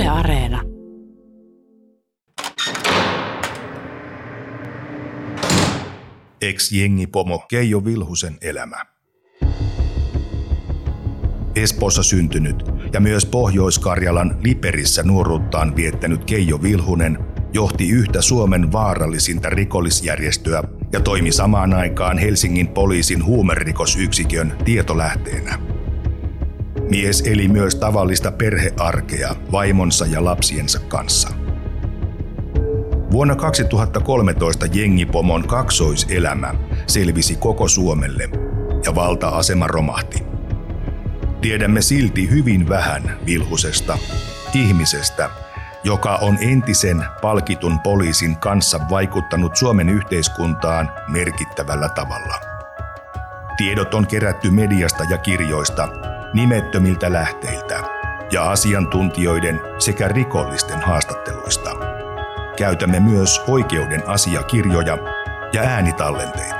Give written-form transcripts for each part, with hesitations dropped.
Yle Areena. Ex-jengipomo Keijo Vilhusen elämä. Espoossa syntynyt ja myös Pohjois-Karjalan Liperissä nuoruuttaan viettänyt Keijo Vilhunen johti yhtä Suomen vaarallisinta rikollisjärjestöä ja toimi samaan aikaan Helsingin poliisin huumerikosyksikön tietolähteenä. Mies eli myös tavallista perhearkea vaimonsa ja lapsiensa kanssa. Vuonna 2013 jengipomon kaksoiselämä selvisi koko Suomelle ja valta-asema romahti. Tiedämme silti hyvin vähän Vilhusesta, ihmisestä, joka on entisen palkitun poliisin kanssa vaikuttanut Suomen yhteiskuntaan merkittävällä tavalla. Tiedot on kerätty mediasta ja kirjoista, nimettömiltä lähteiltä ja asiantuntijoiden sekä rikollisten haastatteluista. Käytämme myös oikeuden asiakirjoja ja äänitallenteita.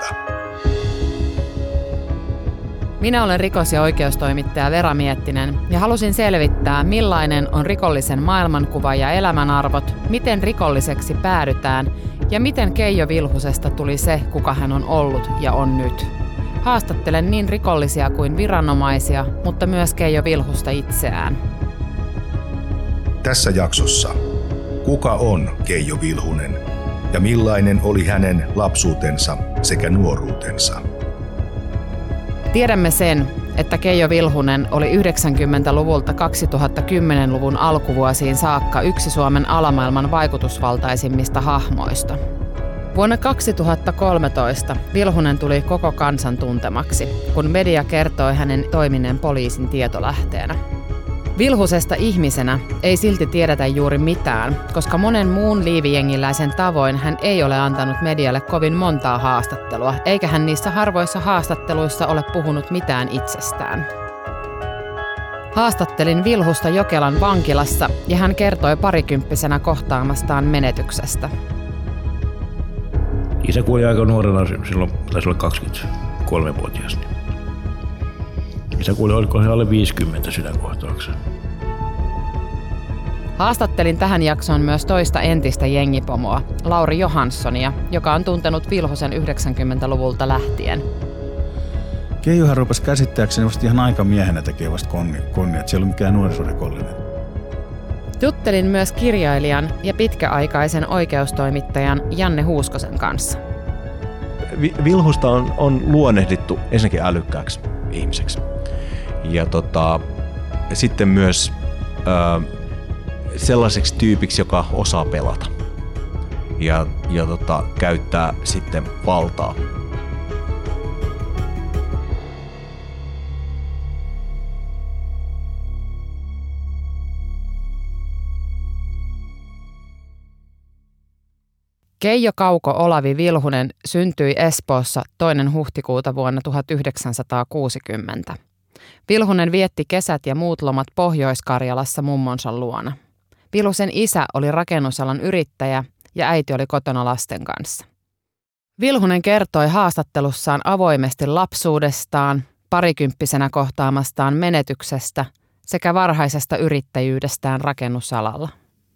Minä olen rikos- ja oikeustoimittaja Vera Miettinen ja halusin selvittää, millainen on rikollisen maailmankuva ja elämänarvot, miten rikolliseksi päädytään ja miten Keijo Vilhusesta tuli se, kuka hän on ollut ja on nyt. Haastattelen niin rikollisia kuin viranomaisia, mutta myös Keijo Vilhusta itseään. Tässä jaksossa, kuka on Keijo Vilhunen ja millainen oli hänen lapsuutensa sekä nuoruutensa? Tiedämme sen, että Keijo Vilhunen oli 90-luvulta 2010-luvun alkuvuosiin saakka yksi Suomen alamaailman vaikutusvaltaisimmista hahmoista. Vuonna 2013 Vilhunen tuli koko kansan tuntemaksi, kun media kertoi hänen toimineen poliisin tietolähteenä. Vilhusesta ihmisenä ei silti tiedetä juuri mitään, koska monen muun liivijengiläisen tavoin hän ei ole antanut medialle kovin montaa haastattelua, eikä hän niissä harvoissa haastatteluissa ole puhunut mitään itsestään. Haastattelin Vilhusta Jokelan vankilassa ja hän kertoi parikymppisenä kohtaamastaan menetyksestä. Isä kuoli aika nuorena, silloin taisi olla 23-vuotias. Isä kuoli, oliko hän alle 50 sydänkohtaukseen. Haastattelin tähän jaksoon myös toista entistä jengipomoa, Lauri Johanssonia, joka on tuntenut Vilhusen 90-luvulta lähtien. Keijohan rupesi käsittääkseni vasta ihan aikamiehenä tekee vasta konnia, että se ei ollut mikään nuorisorikollinen. Juttelin myös kirjailijan ja pitkäaikaisen oikeustoimittajan Janne Huuskosen kanssa. Vilhusta on luonnehdittu ensinnäkin älykkääksi ihmiseksi. Ja sitten myös sellaiseksi tyypiksi, joka osaa pelata ja käyttää sitten valtaa. Keijo Kauko Olavi Vilhunen syntyi Espoossa 2. huhtikuuta vuonna 1960. Vilhunen vietti kesät ja muut lomat Pohjois-Karjalassa mummonsa luona. Vilhusen isä oli rakennusalan yrittäjä ja äiti oli kotona lasten kanssa. Vilhunen kertoi haastattelussaan avoimesti lapsuudestaan, parikymppisenä kohtaamastaan menetyksestä sekä varhaisesta yrittäjyydestään rakennusalalla.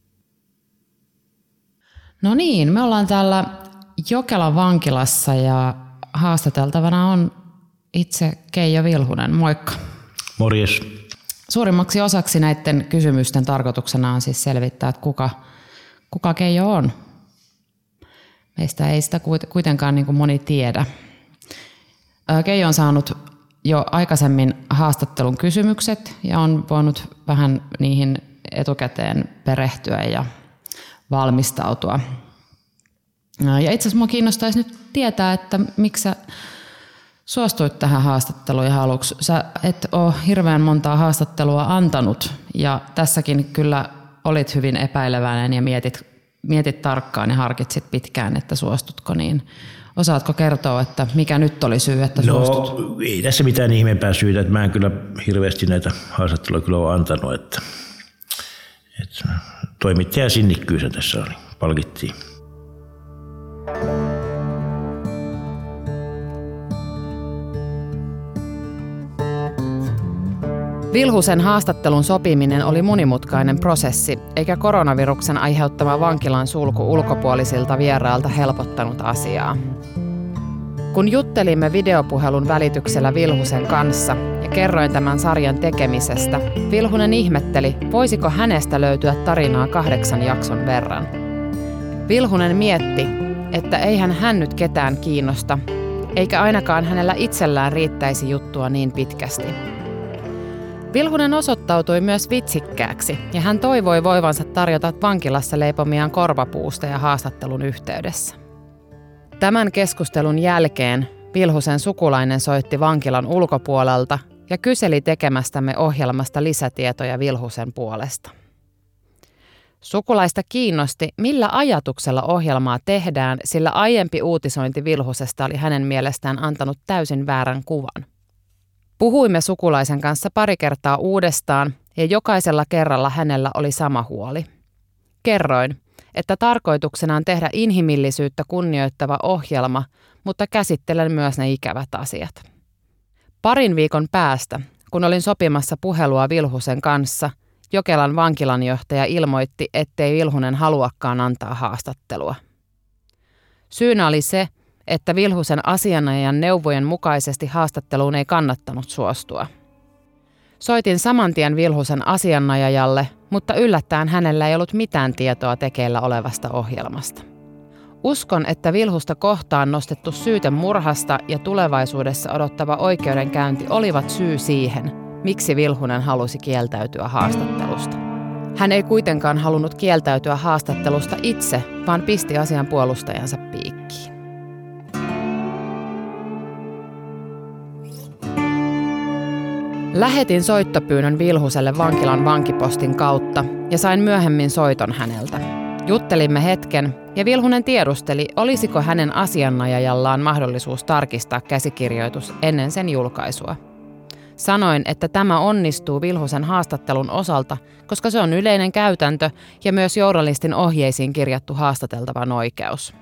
No niin, me ollaan täällä Jokelan vankilassa ja haastateltavana on itse Keijo Vilhunen. Moikka. Morjes. Suurimmaksi osaksi näiden kysymysten tarkoituksena on siis selvittää, että kuka Keijo on. Meistä ei sitä kuitenkaan niin kuin moni tiedä. Keijo on saanut jo aikaisemmin haastattelun kysymykset ja on voinut vähän niihin etukäteen perehtyä ja valmistautua. Ja itse asiassa minua kiinnostaisi nyt tietää, että miksi sä suostuit tähän haastatteluun ihan aluksi. Sä et ole hirveän montaa haastattelua antanut ja tässäkin kyllä olit hyvin epäileväinen ja mietit tarkkaan ja harkitsit pitkään, että suostutko, niin osaatko kertoa, että mikä nyt oli syy, että suostut? No ei tässä mitään ihmeempää syytä, että mä en kyllä hirveästi näitä haastatteluja kyllä ole antanut, että toimittaja sinnikkyys tässä oli, palkittiin. Vilhusen haastattelun sopiminen oli monimutkainen prosessi, eikä koronaviruksen aiheuttama vankilan sulku ulkopuolisilta vierailta helpottanut asiaa. Kun juttelimme videopuhelun välityksellä Vilhusen kanssa ja kerroin tämän sarjan tekemisestä, Vilhunen ihmetteli, voisiko hänestä löytyä tarinaa 8 jakson verran. Vilhunen mietti, että eihän hän nyt ketään kiinnosta, eikä ainakaan hänellä itsellään riittäisi juttua niin pitkästi. Vilhunen osoittautui myös vitsikkääksi ja hän toivoi voivansa tarjota vankilassa leipomiaan korvapuusteja haastattelun yhteydessä. Tämän keskustelun jälkeen Vilhusen sukulainen soitti vankilan ulkopuolelta ja kyseli tekemästämme ohjelmasta lisätietoja Vilhusen puolesta. Sukulaista kiinnosti, millä ajatuksella ohjelmaa tehdään, sillä aiempi uutisointi Vilhusesta oli hänen mielestään antanut täysin väärän kuvan. Puhuimme sukulaisen kanssa pari kertaa uudestaan ja jokaisella kerralla hänellä oli sama huoli. Kerroin, että tarkoituksena on tehdä inhimillisyyttä kunnioittava ohjelma, mutta käsittelen myös ne ikävät asiat. Parin viikon päästä, kun olin sopimassa puhelua Vilhusen kanssa, Jokelan vankilanjohtaja ilmoitti, ettei Vilhunen haluakaan antaa haastattelua. Syynä oli se, että Vilhusen asianajajan neuvojen mukaisesti haastatteluun ei kannattanut suostua. Soitin saman tien Vilhusen asianajajalle, mutta yllättäen hänellä ei ollut mitään tietoa tekeillä olevasta ohjelmasta. Uskon, että Vilhusta kohtaan nostettu syyte murhasta ja tulevaisuudessa odottava oikeudenkäynti olivat syy siihen, miksi Vilhunen halusi kieltäytyä haastattelusta. Hän ei kuitenkaan halunnut kieltäytyä haastattelusta itse, vaan pisti asian puolustajansa piikkiin. Lähetin soittopyynnön Vilhuselle vankilan vankipostin kautta ja sain myöhemmin soiton häneltä. Juttelimme hetken ja Vilhunen tiedusteli, olisiko hänen asianajajallaan mahdollisuus tarkistaa käsikirjoitus ennen sen julkaisua. Sanoin, että tämä onnistuu Vilhusen haastattelun osalta, koska se on yleinen käytäntö ja myös journalistin ohjeisiin kirjattu haastateltavan oikeus.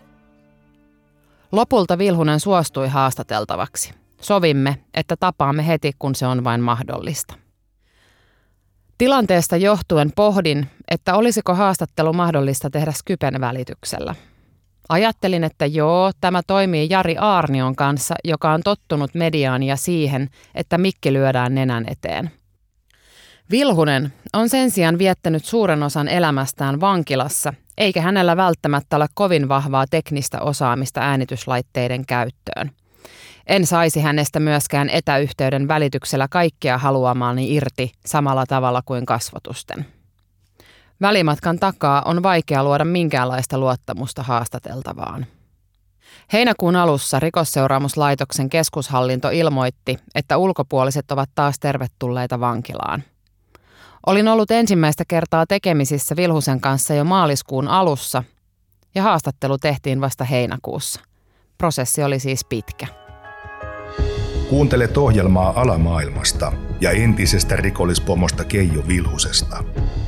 Lopulta Vilhunen suostui haastateltavaksi. Sovimme, että tapaamme heti, kun se on vain mahdollista. Tilanteesta johtuen pohdin, että olisiko haastattelu mahdollista tehdä Skypen välityksellä. Ajattelin, että tämä toimii Jari Aarnion kanssa, joka on tottunut mediaan ja siihen, että mikki lyödään nenän eteen. Vilhunen on sen sijaan viettänyt suuren osan elämästään vankilassa, eikä hänellä välttämättä ole kovin vahvaa teknistä osaamista äänityslaitteiden käyttöön. En saisi hänestä myöskään etäyhteyden välityksellä kaikkea haluamaani irti samalla tavalla kuin kasvotusten. Välimatkan takaa on vaikea luoda minkäänlaista luottamusta haastateltavaan. Heinäkuun alussa Rikosseuraamuslaitoksen keskushallinto ilmoitti, että ulkopuoliset ovat taas tervetulleita vankilaan. Olin ollut ensimmäistä kertaa tekemisissä Vilhusen kanssa jo maaliskuun alussa ja haastattelu tehtiin vasta heinäkuussa. Prosessi oli siis pitkä. Kuuntelet ohjelmaa alamaailmasta ja entisestä rikollispomosta Keijo Vilhusesta.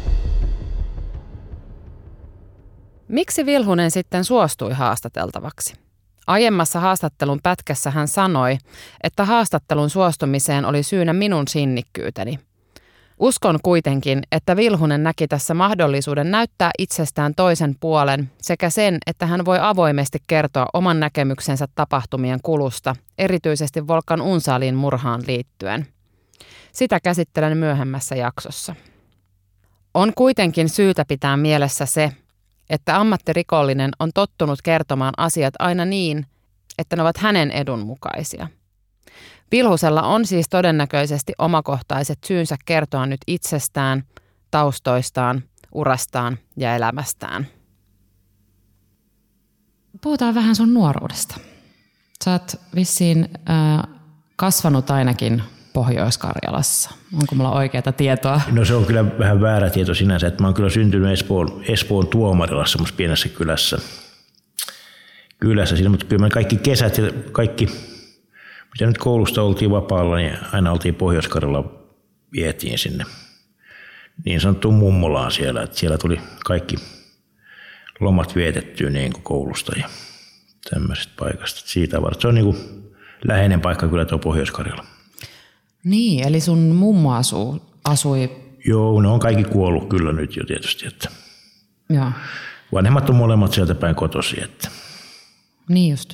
Miksi Vilhunen sitten suostui haastateltavaksi? Aiemmassa haastattelun pätkässä hän sanoi, että haastattelun suostumiseen oli syynä minun sinnikkyyteni. Uskon kuitenkin, että Vilhunen näki tässä mahdollisuuden näyttää itsestään toisen puolen sekä sen, että hän voi avoimesti kertoa oman näkemyksensä tapahtumien kulusta, erityisesti Volkan Unzalin murhaan liittyen. Sitä käsittelen myöhemmässä jaksossa. On kuitenkin syytä pitää mielessä se, että ammattirikollinen on tottunut kertomaan asiat aina niin, että ne ovat hänen edun mukaisia. Vilhusella on siis todennäköisesti omakohtaiset syynsä kertoa nyt itsestään, taustoistaan, urastaan ja elämästään. Puhutaan vähän sun nuoruudesta. Sä oot vissiin kasvanut ainakin Pohjois-Karjalassa. Onko mulla oikeaa tietoa? No se on kyllä vähän väärä tieto sinänsä, että mä oon kyllä syntynyt Espoon Tuomarilassa, semmoisessa pienessä kylässä. Siinä, mutta kyllä me kaikki kesät ja kaikki, mitä nyt koulusta oltiin vapaalla, niin aina oltiin Pohjois-Karjalla, vietiin sinne niin sanottuun mummolaan siellä. Että siellä tuli kaikki lomat vietettyä niin kuin koulusta ja tämmöisestä paikasta. Siitä varten se on niin kuin läheinen paikka kyllä tuo Pohjois-Karjala. Niin, eli sun mummo asui... Joo, ne on kaikki kuollut kyllä nyt jo tietysti. Että Joo. vanhemmat on molemmat sieltä päin kotoisin. Että. Niin just.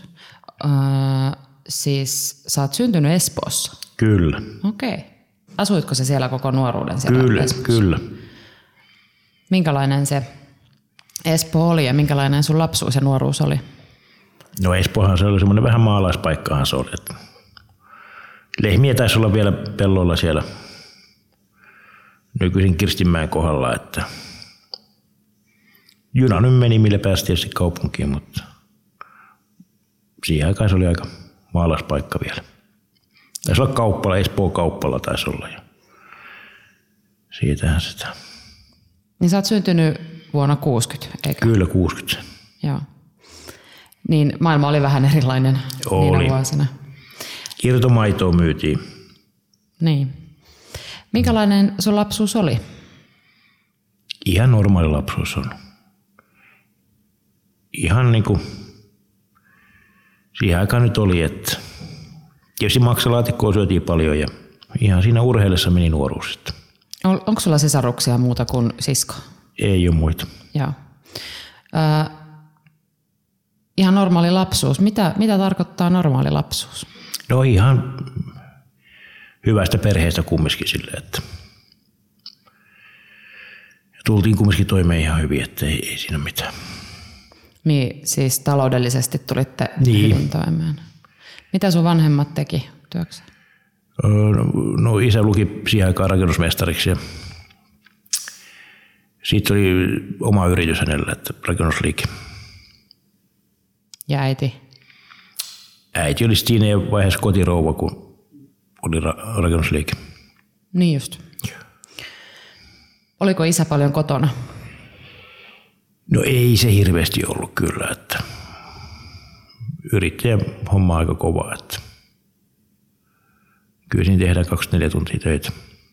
Siis sä oot syntynyt Espoossa? Kyllä. Okei. Asuitko se siellä koko nuoruuden siellä Espoossa? Kyllä. Minkälainen se Espoo oli ja minkälainen sun lapsuus ja nuoruus oli? No Espoohan se oli semmoinen vähän maalaispaikkahan se oli. Että lehmiä taisi olla vielä pelloilla siellä nykyisin Kirstinmäen kohdalla, että juna nyt meni, millä pääsi tietysti kaupunkiin, mutta siihen aikaan se oli aika maalaispaikka vielä. Taisi olla kauppala, Espoon kauppala taisi olla. Ja siitähän sitä. Niin sä oot syntynyt vuonna 60, eikö? Kyllä, 60. Joo. Niin maailma oli vähän erilainen niinä vuosina. Irtomaitoa myytiin. Niin. Minkälainen sun lapsuus oli? Ihan normaali lapsuus on. Ihan niin kuin siihen aikaan nyt oli, että tietysti maksalaatikkoa syötiin paljon ja ihan siinä urheilessa meni nuoruus sitten. Onko sulla sisaruksia muuta kuin sisko? Ei ole muita. Joo. Ihan normaali lapsuus. Mitä tarkoittaa normaali lapsuus? No ihan hyvästä perheestä kumminkin silleen, että tultiin kumminkin toimeen ihan hyvin, että ei siinä mitään. Niin, siis taloudellisesti tulitte hyvin toimeen. Mitä sun vanhemmat teki työkseen? No isä luki siihen aikaan rakennusmestariksi ja siitä oli oma yritys hänellä, että rakennusliike. Ja äiti? Äiti oli siinä vaiheessa kotirouva, kun oli rakennusliike. Niin just. Oliko isä paljon kotona? No ei se hirveästi ollut kyllä, että yrittäjä homma aika kova, että kyllä siinä tehdään 24 tuntia töitä.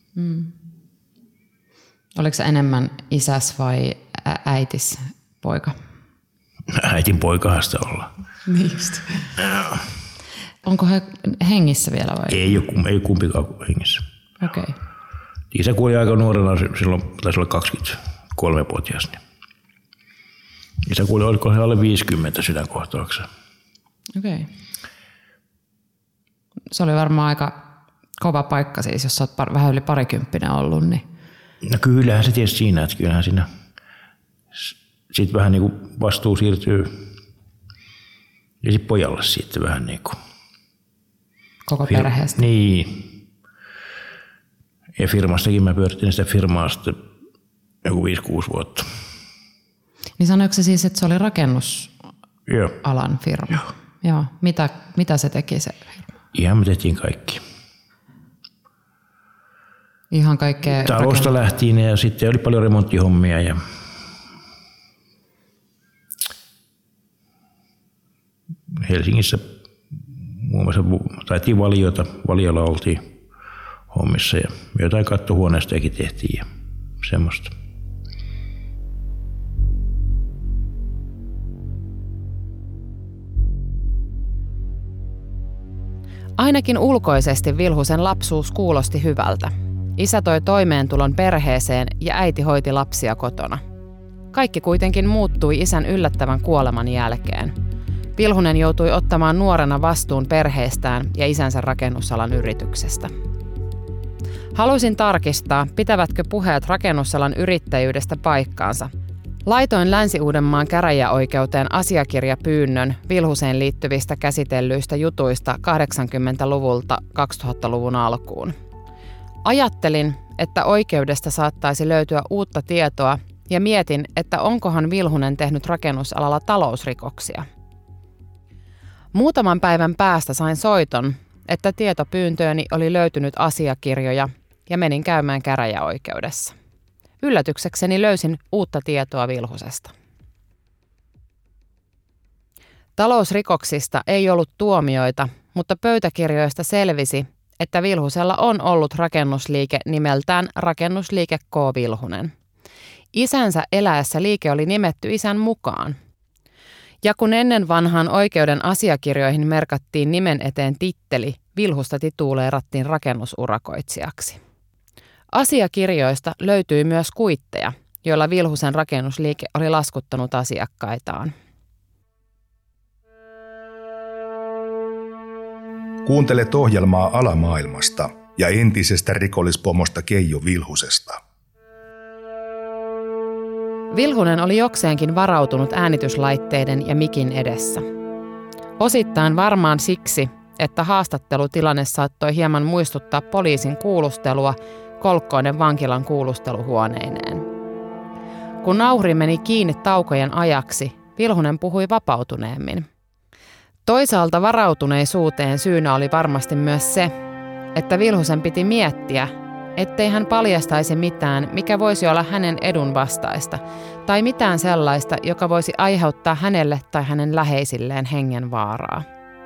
Oliko se enemmän isäs vai äitis poika? Äitin poikahan sitä olla. Niin just. Onko he hengissä vielä vai? Ei kumpikaan hengissä. Okei. Okay. Isä kuoli aika nuorena, silloin taisi olla 23-vuotias. Isä kuoli, oliko he alle 50 sydänkohtaukseen. Okei. Okay. Se oli varmaan aika kova paikka siis, jos sä oot vähän yli 20 ollut. Niin. No kyllähän se tietysti siinä, että kyllähän siinä sitten vähän niin kuin vastuu siirtyy ja sitten pojalle sitten vähän niin kuin. Koko perheestä. Niin. Ja firmastakin mä pyörittin sitä firmaa sitten joku 5-6 vuotta. Niin sanoiko se siis, että se oli rakennusalan firma? Joo. Mitä se teki se firma? Ihan me tehtiin kaikki. Ihan kaikkea? Talosta lähtien ja sitten oli paljon remonttihommia ja Helsingissä muun muassa taitiin Valiolla oltiin hommissa ja jotain kattohuoneistojakin tehtiin ja semmoista. Ainakin ulkoisesti Vilhusen lapsuus kuulosti hyvältä. Isä toi toimeentulon perheeseen ja äiti hoiti lapsia kotona. Kaikki kuitenkin muuttui isän yllättävän kuoleman jälkeen. Vilhunen joutui ottamaan nuorena vastuun perheestään ja isänsä rakennusalan yrityksestä. Halusin tarkistaa, pitävätkö puheet rakennusalan yrittäjyydestä paikkaansa. Laitoin Länsi-Uudenmaan käräjäoikeuteen asiakirjapyynnön Vilhuseen liittyvistä käsitellyistä jutuista 80-luvulta 2000-luvun alkuun. Ajattelin, että oikeudesta saattaisi löytyä uutta tietoa ja mietin, että onkohan Vilhunen tehnyt rakennusalalla talousrikoksia. Muutaman päivän päästä sain soiton, että tietopyyntööni oli löytynyt asiakirjoja ja menin käymään käräjäoikeudessa. Yllätyksekseni löysin uutta tietoa Vilhusesta. Talousrikoksista ei ollut tuomioita, mutta pöytäkirjoista selvisi, että Vilhusella on ollut rakennusliike nimeltään Rakennusliike K. Vilhunen. Isänsä eläessä liike oli nimetty isän mukaan. Ja kun ennen vanhaan oikeuden asiakirjoihin merkattiin nimen eteen titteli, Vilhusta tituleerattiin rakennusurakoitsijaksi. Asiakirjoista löytyi myös kuitteja, joilla Vilhusen rakennusliike oli laskuttanut asiakkaitaan. Kuuntelet ohjelmaa alamaailmasta ja entisestä rikollispomosta Keijo Vilhusesta. Vilhunen oli jokseenkin varautunut äänityslaitteiden ja mikin edessä. Osittain varmaan siksi, että haastattelutilanne saattoi hieman muistuttaa poliisin kuulustelua Kolkkoinen vankilan kuulusteluhuoneineen. Kun nauhuri meni kiinni taukojen ajaksi, Vilhunen puhui vapautuneemmin. Toisaalta varautuneisuuteen syynä oli varmasti myös se, että Vilhusen piti miettiä, ettei hän paljastaisi mitään, mikä voisi olla hänen edun vastaista, tai mitään sellaista, joka voisi aiheuttaa hänelle tai hänen läheisilleen hengenvaaraa.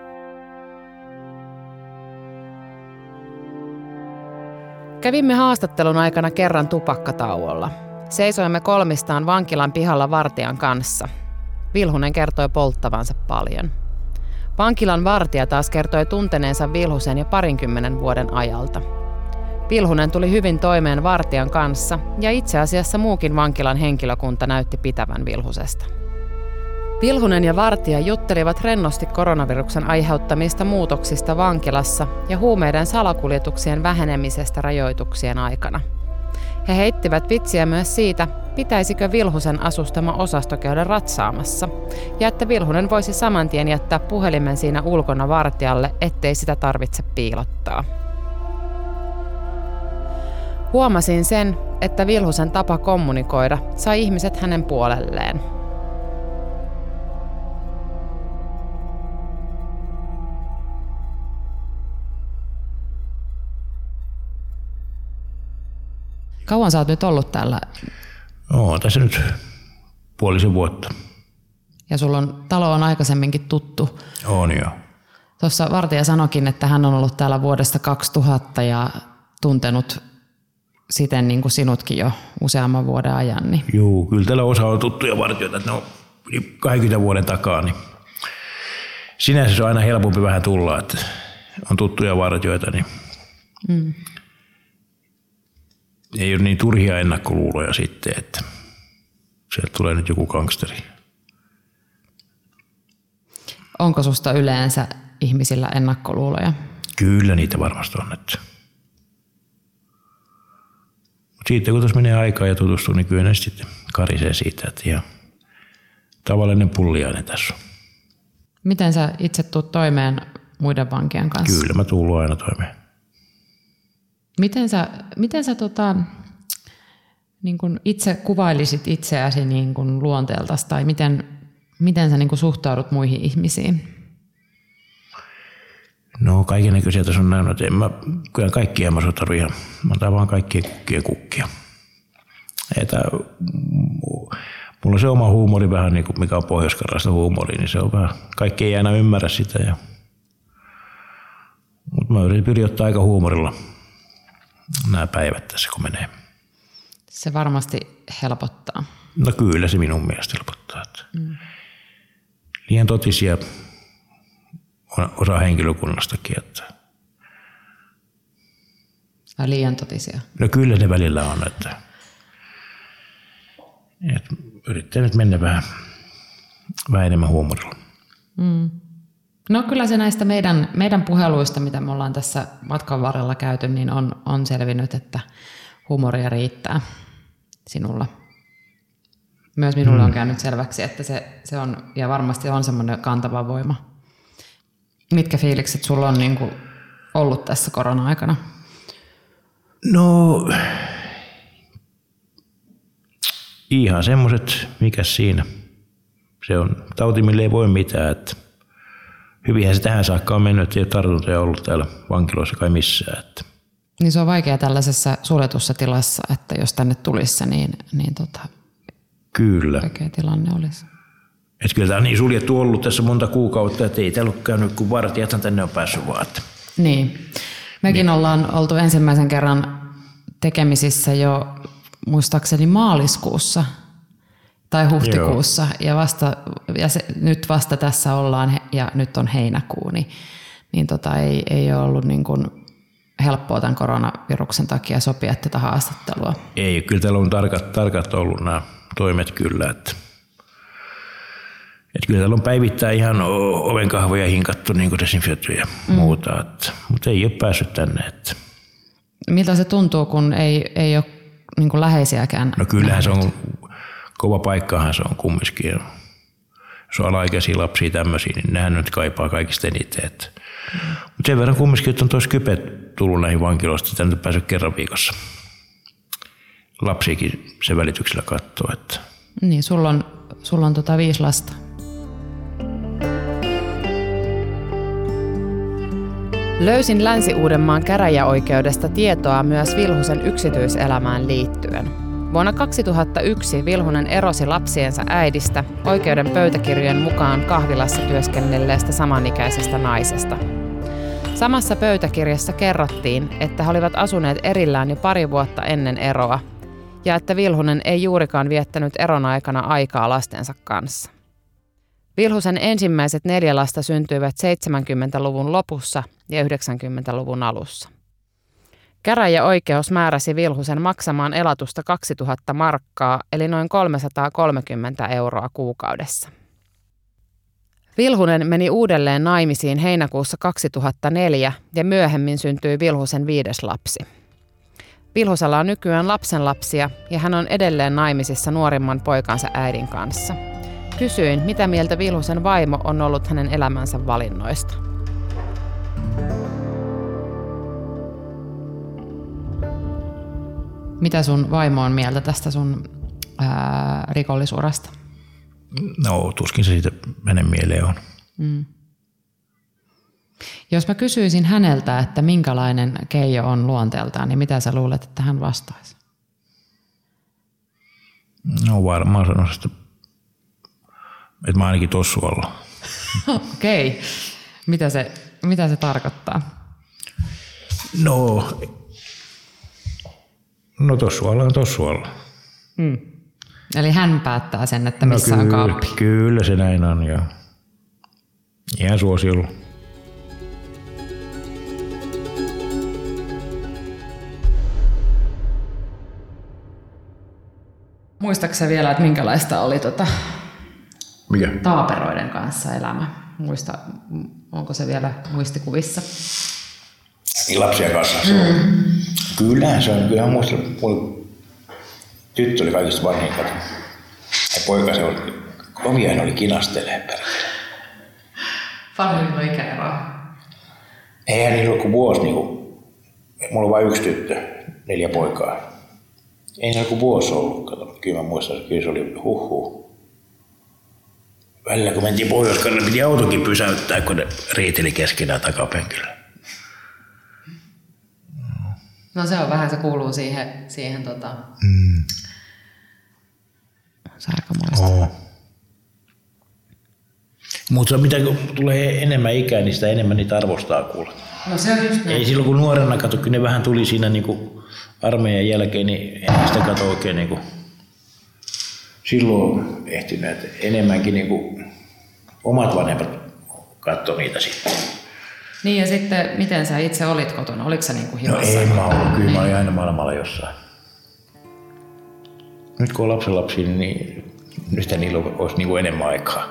Kävimme haastattelun aikana kerran tupakkatauolla. Seisoimme kolmistaan vankilan pihalla vartijan kanssa. Vilhunen kertoi polttavansa paljon. Vankilan vartija taas kertoi tunteneensa Vilhusen jo 20 vuoden ajalta. Vilhunen tuli hyvin toimeen vartijan kanssa ja itse asiassa muukin vankilan henkilökunta näytti pitävän Vilhusesta. Vilhunen ja vartija juttelivat rennosti koronaviruksen aiheuttamista muutoksista vankilassa ja huumeiden salakuljetuksien vähenemisestä rajoituksien aikana. He heittivät vitsiä myös siitä, pitäisikö Vilhusen asustama osasto käydä ratsaamassa, ja että Vilhunen voisi saman tien jättää puhelimen siinä ulkona vartijalle, ettei sitä tarvitse piilottaa. Huomasin sen, että Vilhusen tapa kommunikoida sai ihmiset hänen puolelleen. Kauan sä oot nyt ollut täällä? Tässä nyt puolisen vuotta. Ja sulla talo on aikaisemminkin tuttu. On joo. Tuossa vartija sanokin, että hän on ollut täällä vuodesta 2000 ja tuntenut siten niin kuin sinutkin jo useamman vuoden ajan. Niin. Joo, kyllä täällä osa on tuttuja vartijoita, että ne on 20 vuoden takaa. Niin sinänsä se on aina helpompi vähän tulla, että on tuttuja vartijoita, niin ei ole niin turhia ennakkoluuloja sitten, että sieltä tulee nyt joku gangsteri. Onko susta yleensä ihmisillä ennakkoluuloja? Kyllä niitä varmasti on. Mutta siitä kun tuossa menee aikaa ja tutustuu, niin kyllä ne sitten karisee siitä, että ihan tavallinen pulliainen tässä on. Miten sä itse tuut toimeen muiden vankien kanssa? Kyllä mä tulen aina toimeen. Miten sä niin kun itse kuvailisit itseäsi niin kun luonteeltasi tai miten sä niin kun suhtaudut muihin ihmisiin? No kaikennäköisiä tässä on näin, että kyllä kaikkia mä suhtaudun ihan. Mä otan vaan kaikkien kukkien kukkia. Mulla on se oma huumori vähän niin kuin mikä on Pohjois-Karjalasta huumori, niin se on vähän, kaikki ei aina ymmärrä sitä. Mutta mä pyrin ottaa aika huumorilla nämä päivät tässä, kun menee. Se varmasti helpottaa. No kyllä se minun mielestä helpottaa. Liian totisia on osa henkilökunnastakin. Liian totisia? No kyllä ne välillä on. Että yrittää nyt mennä vähän enemmän huumorilla. No kyllä se näistä meidän puheluista, mitä me ollaan tässä matkan varrella käyty, niin on selvinnyt, että huumoria riittää sinulla. Myös minulle on käynyt selväksi, että se on, ja varmasti on semmoinen kantava voima. Mitkä fiilikset sulla on niin kuin ollut tässä korona-aikana? No ihan semmoiset, mikäs siinä. Se on tauti, mille ei voi mitään. Että hyvinhän se tähän saakka on mennyt, että ei ole tartuntoja ollut täällä vankiloissa kai missään. Että. Niin se on vaikea tällaisessa suljetussa tilassa, että jos tänne tulisi niin kyllä. Oikea tilanne olisi. Että kyllä tämä on niin suljettu ollut tässä monta kuukautta, että ei täällä ole käynyt, kun vartijathan tänne on päässyt vaan. Niin. Mekin ollaan oltu ensimmäisen kerran tekemisissä jo muistaakseni maaliskuussa. tai huhtikuussa ja nyt vasta tässä ollaan ja nyt on heinäkuu, niin ei ole ollut niin kuin helppoa tämän koronaviruksen takia sopia tätä haastattelua. Ei, kyllä täällä on tarkat ollut nämä toimet kyllä, että kyllä täällä on päivittäin ihan ovenkahvoja hinkattu niin kuin desinfioitu ja muuta, mutta ei ole päässyt tänne. Että. Miltä se tuntuu, kun ei ole niin kuin läheisiäkään? No kyllähän se on, kova paikkahan se on kumminkin. Jos on alaikäisiä lapsia tämmöisiä, niin nehän nyt kaipaa kaikista eniten. Mutta sen verran kumminkin, että on tuossa kypet tullut näihin vankiloista, että tänne päässyt kerran viikossa. Lapsiakin sen välityksellä katsoo. Että. Niin, sulla on 5 lasta. Löysin Länsi-Uudenmaan käräjäoikeudesta tietoa myös Vilhusen yksityiselämään liittyen. Vuonna 2001 Vilhunen erosi lapsiensa äidistä oikeuden pöytäkirjojen mukaan kahvilassa työskennelleestä samanikäisestä naisesta. Samassa pöytäkirjassa kerrottiin, että he olivat asuneet erillään jo 2 vuotta ennen eroa ja että Vilhunen ei juurikaan viettänyt eron aikana aikaa lastensa kanssa. Vilhusen ensimmäiset 4 lasta syntyivät 70-luvun lopussa ja 90-luvun alussa. Käräjäoikeus määräsi Vilhusen maksamaan elatusta 2000 markkaa eli noin 330 € kuukaudessa. Vilhunen meni uudelleen naimisiin heinäkuussa 2004 ja myöhemmin syntyi Vilhusen 5. lapsi. Vilhusella on nykyään lapsenlapsia ja hän on edelleen naimisissa nuorimman poikansa äidin kanssa. Kysyin, mitä mieltä Vilhusen vaimo on ollut hänen elämänsä valinnoista. Mitä sun vaimo on mieltä tästä sun rikollisurasta? No, tuskin se siitä hänen mieleen on. Jos mä kysyisin häneltä, että minkälainen Keijo on luonteeltaan, niin mitä sä luulet, että hän vastaisi? No varmaan sanoisin, että mä ainakin tossualla. Okei. Mitä se tarkoittaa? No tossualla on tossualla. Eli hän päättää sen, että missä on kaappi. Kyllä se näin on, joo. Ihan suosiolla. Muistatko sä vielä, että minkälaista oli Mikä? taaperoiden kanssa elämä? Onko se vielä muistikuvissa? Niin lapsia kanssa. Kyllähän se on. Kyllähän mulla tyttö oli kaikista vanhin. Ja poika se oli, kovia oli kinastelee perkele. Paljon ikäeroa. Eihän niillä ollut kuin vuosi. Mulla on vain 1 tyttö, 4 poikaa. Ei niillä kuin vuosi ollut. Kato, kyllä mä muistan, että kyllä se oli Välillä kun mentiin Pohjois-Karjalaan, piti autokin pysäyttää, kun ne riiteli keskenään takapenkillä. No se on vähän, se kuuluu siihen Se aika muista. Mutta mitä kun tulee enemmän ikää, niin sitä enemmän niitä arvostaa kuulla. No se on just näin. Ei silloin kun nuorena kato, kun ne vähän tuli siinä niinku armeijan jälkeen, niin ei sitä kato oikein niinku silloin ehtinyt, että enemmänkin niinku omat vanhemmat katsoi niitä sitten. Niin ja sitten, miten sä itse olit kotona? Oliko sä niinku himassa? No ei mä ollut, kyllä mä olin aina maailmalla jossain. Nyt kun on lapsenlapsia, niin nyt niillä olisi niinku enemmän aikaa.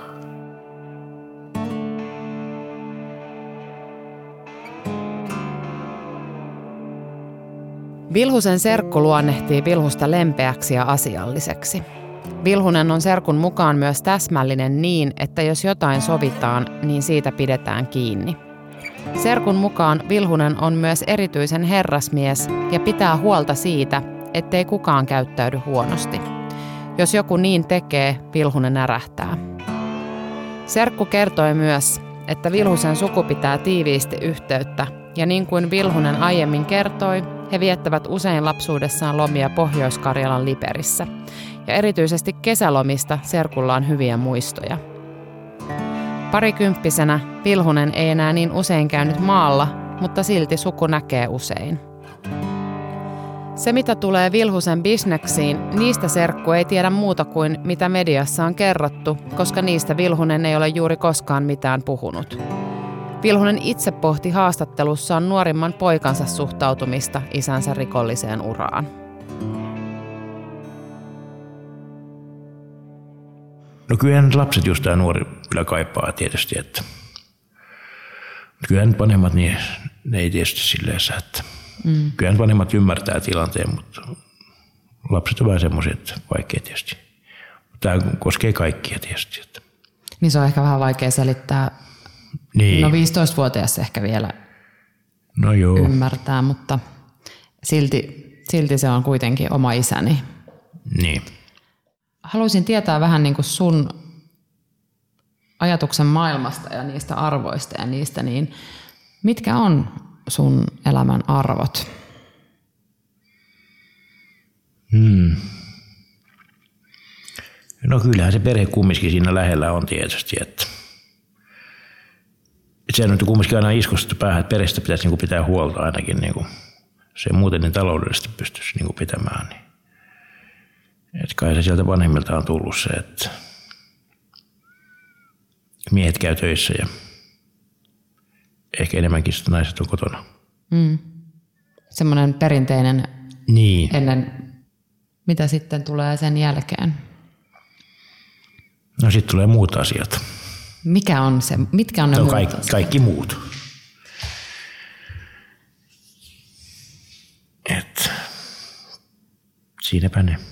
Vilhusen serkku luonnehtii Vilhusta lempeäksi ja asialliseksi. Vilhunen on serkun mukaan myös täsmällinen niin, että jos jotain sovitaan, niin siitä pidetään kiinni. Serkun mukaan Vilhunen on myös erityisen herrasmies ja pitää huolta siitä, ettei kukaan käyttäydy huonosti. Jos joku niin tekee, Vilhunen ärähtää. Serkku kertoi myös, että Vilhusen suku pitää tiiviisti yhteyttä ja niin kuin Vilhunen aiemmin kertoi, he viettävät usein lapsuudessaan lomia Pohjois-Karjalan Liperissä. Ja erityisesti kesälomista serkulla on hyviä muistoja. Parikymppisenä Vilhunen ei enää niin usein käynyt maalla, mutta silti suku näkee usein. Se, mitä tulee Vilhusen bisneksiin, niistä serkku ei tiedä muuta kuin mitä mediassa on kerrottu, koska niistä Vilhunen ei ole juuri koskaan mitään puhunut. Vilhunen itse pohti haastattelussaan nuorimman poikansa suhtautumista isänsä rikolliseen uraan. No kyllähän lapset just tämä nuori kyllä kaipaa tietysti, että kyllähän vanhemmat, niin ne ei tietysti silleen että kyllähän vanhemmat ymmärtää tilanteen, mutta lapset on vähän semmoisia, että vaikea tietysti. Tämä koskee kaikkia tietysti. Että. Niin se on ehkä vähän vaikea selittää. Niin. No 15-vuotias ehkä vielä ymmärtää, mutta silti se on kuitenkin oma isäni. Niin. Haluaisin tietää vähän niin kuin sun ajatuksen maailmasta ja niistä arvoista ja niistä, niin mitkä on sun elämän arvot? No kyllähän se perhe kumminkin siinä lähellä on tietysti, että se on kumminkin aina iskostettu päähän, että perheestä pitäisi niin pitää huolta ainakin, niin se muuten niin taloudellisesti pystyisi niin pitämään. Niin. Että kai se sieltä vanhemmilta on tullut se, että miehet käy töissä ja ehkä enemmänkin sitten naiset on kotona. Semmoinen perinteinen niin. Ennen, mitä sitten tulee sen jälkeen? No sitten tulee muut asiat. Mitkä on ne muut asiat? Kaikki muut. Et siinäpä ne.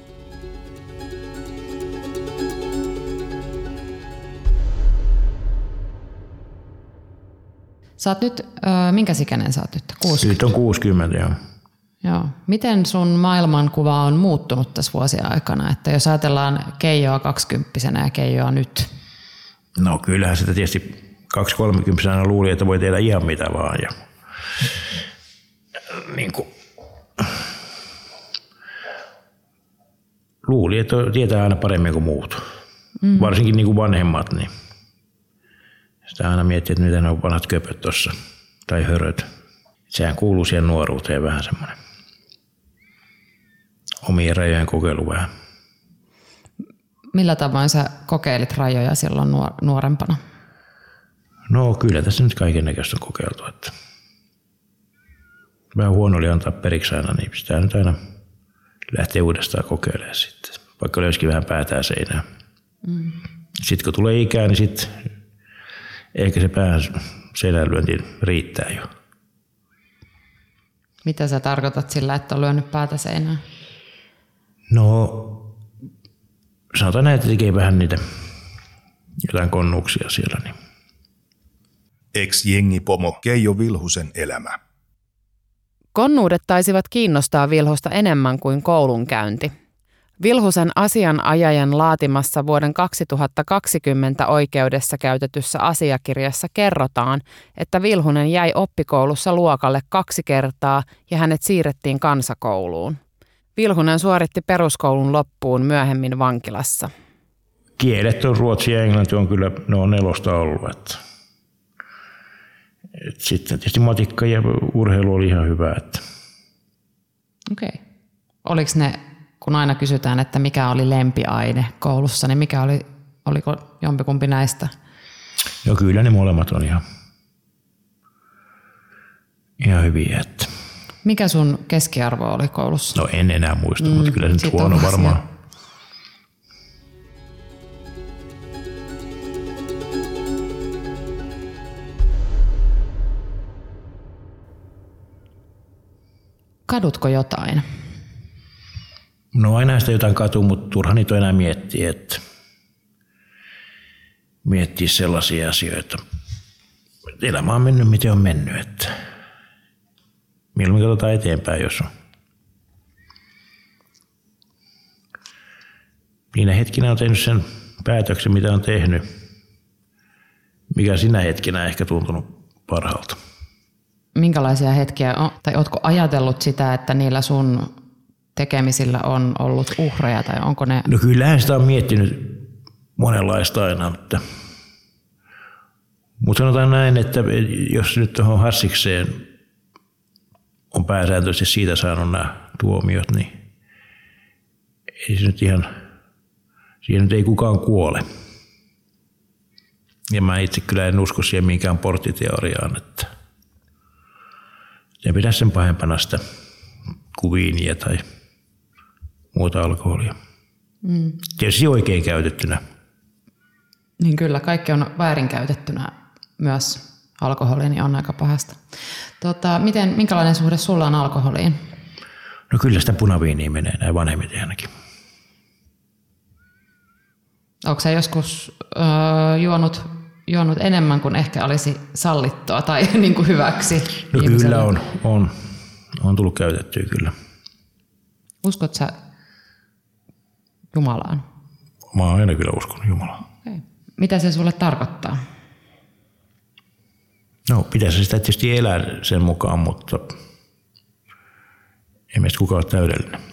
Sä oot nyt, minkäs ikäinen sä oot nyt? 60? Nyt on 60, joo. Joo. Miten sun maailmankuva on muuttunut tässä vuosien aikana? Että jos ajatellaan Keijoa 20-vuotiaana ja Keijoa nyt. No kyllähän sitä tietysti 2-30-vuotiaana luuli, että voi tehdä ihan mitä vaan. Ja, niin kuin, luuli, että tietää aina paremmin kuin muut. Varsinkin niin kuin vanhemmat. Niin. Sitä aina miettii, että mitä ne on vanhat köpöt tuossa tai höröt. Sehän kuuluu siihen nuoruuteen vähän semmoinen omien rajojen kokeilu vähän. Millä tavoin sä kokeilit rajoja silloin nuorempana? No kyllä tässä nyt kaikennäköistä on kokeiltu. Että vähän huono oli antaa periksi aina, niin pitää nyt aina lähteä uudestaan kokeilemaan sitten. Vaikka löysikin vähän päätään seinään. Sitten kun tulee ikää, niin sitten ehkä se pään seinänlyönti riittää jo. Mitä sä tarkoitat sillä, että on lyönyt päätä seinään? No, sanotaan näin, että tekee vähän niitä jotain konnuuksia siellä. Niin. Ex-jengipomo Keijo Vilhusen elämä. Konnuudet taisivat kiinnostaa Vilhusta enemmän kuin koulunkäynti. Vilhusen asianajajan laatimassa vuoden 2020 oikeudessa käytetyssä asiakirjassa kerrotaan, että Vilhunen jäi oppikoulussa luokalle 2 kertaa ja hänet siirrettiin kansakouluun. Vilhunen suoritti peruskoulun loppuun myöhemmin vankilassa. Kielet on ruotsi ja englanti on kyllä, ne on 4 ollut. Että sitten tietysti matikka ja urheilu oli ihan hyvä. Okei. Oliko ne, kun aina kysytään, että mikä oli lempiaine koulussa, niin oliko jompikumpi näistä? Joo, kyllä ne molemmat on ihan hyviä. Että. Mikä sun keskiarvo oli koulussa? No en enää muista, mutta kyllä se nyt huono varmaan. Kadutko jotain? No aina sitä jotain katuu, mutta turha niitä enää miettiä, että miettiä sellaisia asioita. Elämä on mennyt, miten on mennyt, että mieluummin katsotaan eteenpäin, jos on. Niinä hetkinä on tehnyt sen päätöksen, mitä on tehnyt, mikä sinä hetkinä ehkä tuntunut parhaalta. Minkälaisia hetkiä, tai ootko ajatellut sitä, että niillä sun tekemisillä on ollut uhreja, tai onko ne? No kyllähän sitä on miettinyt monenlaista aina, mutta sanotaan näin, että jos nyt tuohon Hassikseen on pääsääntöisesti siitä saanut nämä tuomiot, niin ei se nyt ihan, siihen nyt ei kukaan kuole. Ja mä itse kyllä en usko siihen minkään porttiteoriaan, että ei pidä sen pahempana sitä kuin viiniä tai muuta alkoholia. Tietysti oikein käytettynä. Niin kyllä, kaikki on väärinkäytettynä, myös alkoholi, niin on aika pahasta. Minkälainen suhde sulla on alkoholiin? No kyllä sitä punaviiniä menee, näin vanhemmiten ainakin. Onko sä joskus juonut enemmän kuin ehkä olisi sallittua tai niin kuin hyväksi? No kyllä on tullut käytettyä kyllä. Uskot sä Jumalaan? Mä oon aina kyllä uskonut Jumalaan. Okay. Mitä se sulle tarkoittaa? No pitäisi sitä tietysti elää sen mukaan, mutta ei meistä kukaan ole täydellinen.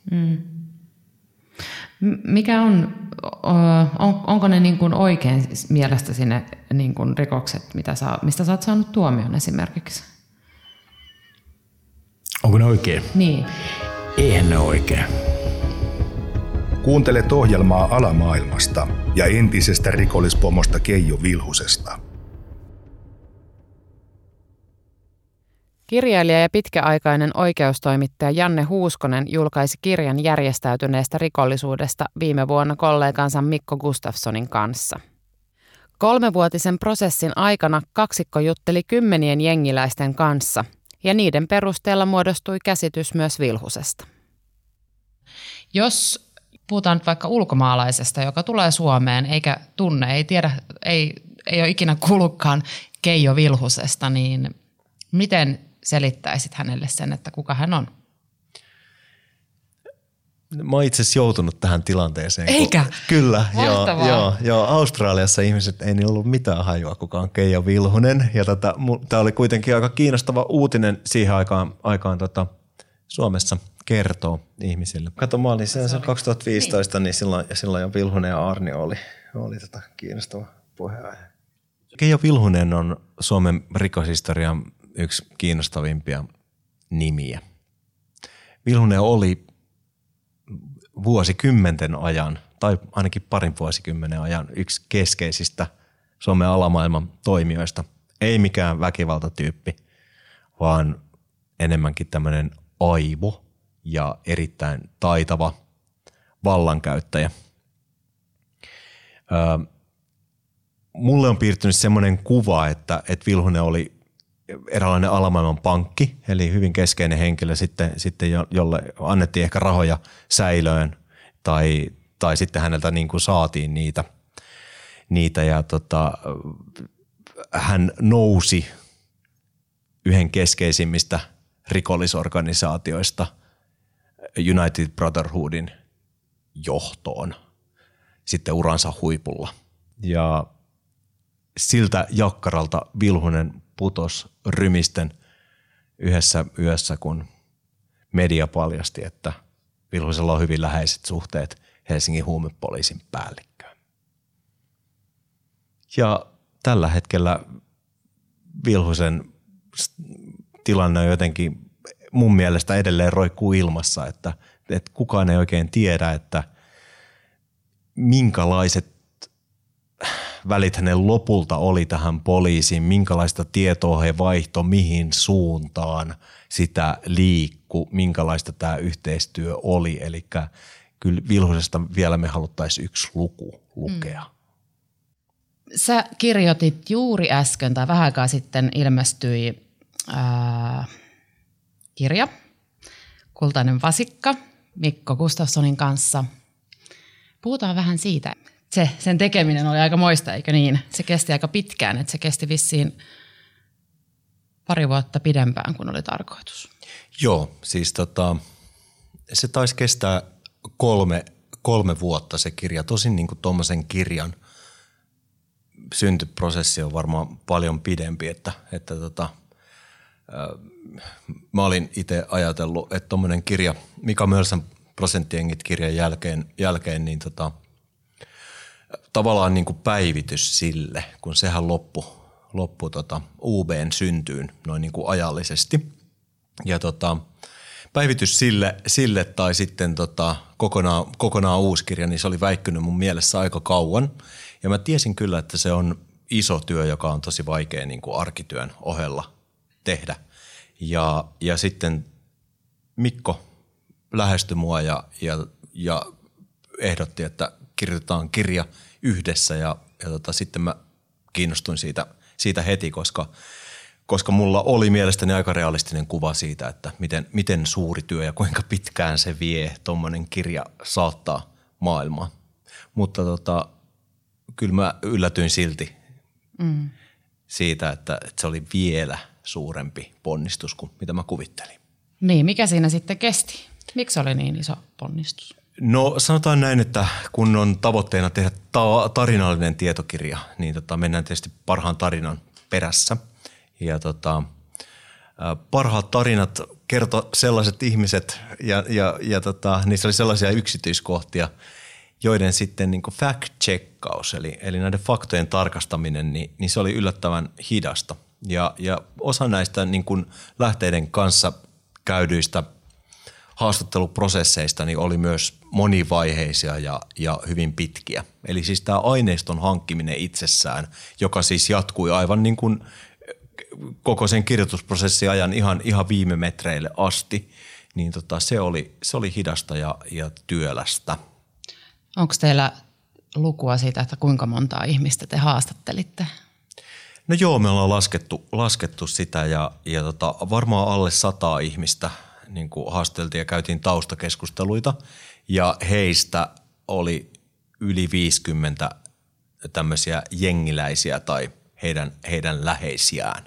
Mikä onko ne niin kuin oikein mielestäsi ne niin kuin rikokset, mistä sä oot saanut tuomion esimerkiksi? Onko ne oikein? Niin. Eihän ne oikein. Kuuntelet ohjelmaa alamaailmasta ja entisestä rikollispomosta Keijo Vilhusesta. Kirjailija ja pitkäaikainen oikeustoimittaja Janne Huuskonen julkaisi kirjan järjestäytyneestä rikollisuudesta viime vuonna kollegansa Mikko Gustafssonin kanssa. 3-vuotisen prosessin aikana kaksikko jutteli 10 jengiläisten kanssa, ja niiden perusteella muodostui käsitys myös Vilhusesta. Jos puhutaan nyt vaikka ulkomaalaisesta, joka tulee Suomeen eikä tunne, ei tiedä, ei ole ikinä kuullutkaan Keijo Vilhusesta, niin miten selittäisit hänelle sen, että kuka hän on? Mä oon itse asiassa joutunut tähän tilanteeseen. Eikä? Kyllä, joo. Australiassa ihmiset ei ollut mitään hajua, kuka on Keijo Vilhunen. Ja tää oli kuitenkin aika kiinnostava uutinen siihen aikaan Suomessa kertoo ihmisille. Kato, mä olin sen 2015, niin silloin jo Vilhunen ja Arni oli kiinnostava puheenaihe. Keijo Vilhunen on Suomen rikoshistorian yksi kiinnostavimpia nimiä. Vilhunen oli vuosikymmenten ajan, tai ainakin parin vuosikymmenen ajan, yksi keskeisistä Suomen alamaailman toimijoista. Ei mikään väkivaltatyyppi, vaan enemmänkin tämmöinen aivo ja erittäin taitava vallankäyttäjä. Mulle on piirtynyt semmoinen kuva, että Vilhunen oli eräänlainen alamaailman pankki, eli hyvin keskeinen henkilö sitten jolle annettiin ehkä rahoja säilöön tai sitten häneltä niin kuin saatiin niitä ja hän nousi yhden keskeisimmistä rikollisorganisaatioista United Brotherhoodin johtoon sitten uransa huipulla. Ja siltä jakkaralta Vilhunen putosi rymisten yhdessä yössä, kun media paljasti, että Vilhusella on hyvin läheiset suhteet Helsingin huumepoliisin päällikköön. Ja tällä hetkellä Vilhusen tilanne on jotenkin mun mielestä edelleen roikkuu ilmassa, että kukaan ei oikein tiedä, että minkälaiset välit hänen lopulta oli tähän poliisiin, minkälaista tietoa he vaihto, mihin suuntaan sitä liikkui, minkälaista tämä yhteistyö oli. Eli kyllä Vilhusesta vielä me haluttaisiin yksi luku lukea. Sä kirjoitit juuri äsken tai vähän aikaa sitten ilmestyi kirja Kultainen vasikka Mikko Gustafssonin kanssa. Puhutaan vähän siitä. Sen tekeminen oli aika moista, eikö niin? Se kesti aika pitkään, että se kesti vissiin 2 vuotta pidempään kuin oli tarkoitus. Joo, siis se taisi kestää 3 vuotta se kirja. Tosin niin kuin tuommoisen kirjan syntyprosessi on varmaan paljon pidempi, että mä olin itse ajatellut, että tuommoinen kirja, Mika Mölsän Prosenttiengit kirjan jälkeen niin tavallaan niin kuin päivitys sille, kun sehän loppui UB:n syntyyn noin niin kuin ajallisesti. Ja päivitys sille tai sitten kokonaan uusi kirja, niin se oli väikkynyt mun mielessä aika kauan. Ja mä tiesin kyllä, että se on iso työ, joka on tosi vaikea niin kuin arkityön ohella tehdä. Ja sitten Mikko lähestyi mua ja ehdotti, että kirjoitetaan kirja yhdessä ja sitten mä kiinnostuin siitä heti, koska mulla oli mielestäni aika realistinen kuva siitä, että miten suuri työ ja kuinka pitkään se vie tommonen kirja saattaa maailmaa. Mutta kyllä mä yllätyin silti siitä, että se oli vielä suurempi ponnistus kuin mitä mä kuvittelin. Niin, mikä siinä sitten kesti? Miksi oli niin iso ponnistus? No sanotaan näin, että kun on tavoitteena tehdä tarinallinen tietokirja, niin mennään tietysti parhaan tarinan perässä. Ja parhaat tarinat kertoi sellaiset ihmiset ja niissä oli sellaisia yksityiskohtia, joiden sitten niin kuin fact-checkaus, eli näiden faktojen tarkastaminen, niin se oli yllättävän hidasta. Ja osa näistä niin kuin lähteiden kanssa käydyistä haastatteluprosesseista niin oli myös monivaiheisia ja hyvin pitkiä. Eli siis tämä aineiston hankkiminen itsessään, joka siis jatkui aivan niin kuin koko sen kirjoitusprosessin ajan ihan viime metreille asti, niin se oli hidasta ja työlästä. Onko teillä lukua siitä, että kuinka montaa ihmistä te haastattelitte? No joo, me ollaan laskettu sitä ja varmaan alle 100 ihmistä niin kuin haasteltiin ja käytiin taustakeskusteluita ja heistä oli yli 50 tämmöisiä jengiläisiä tai heidän läheisiään.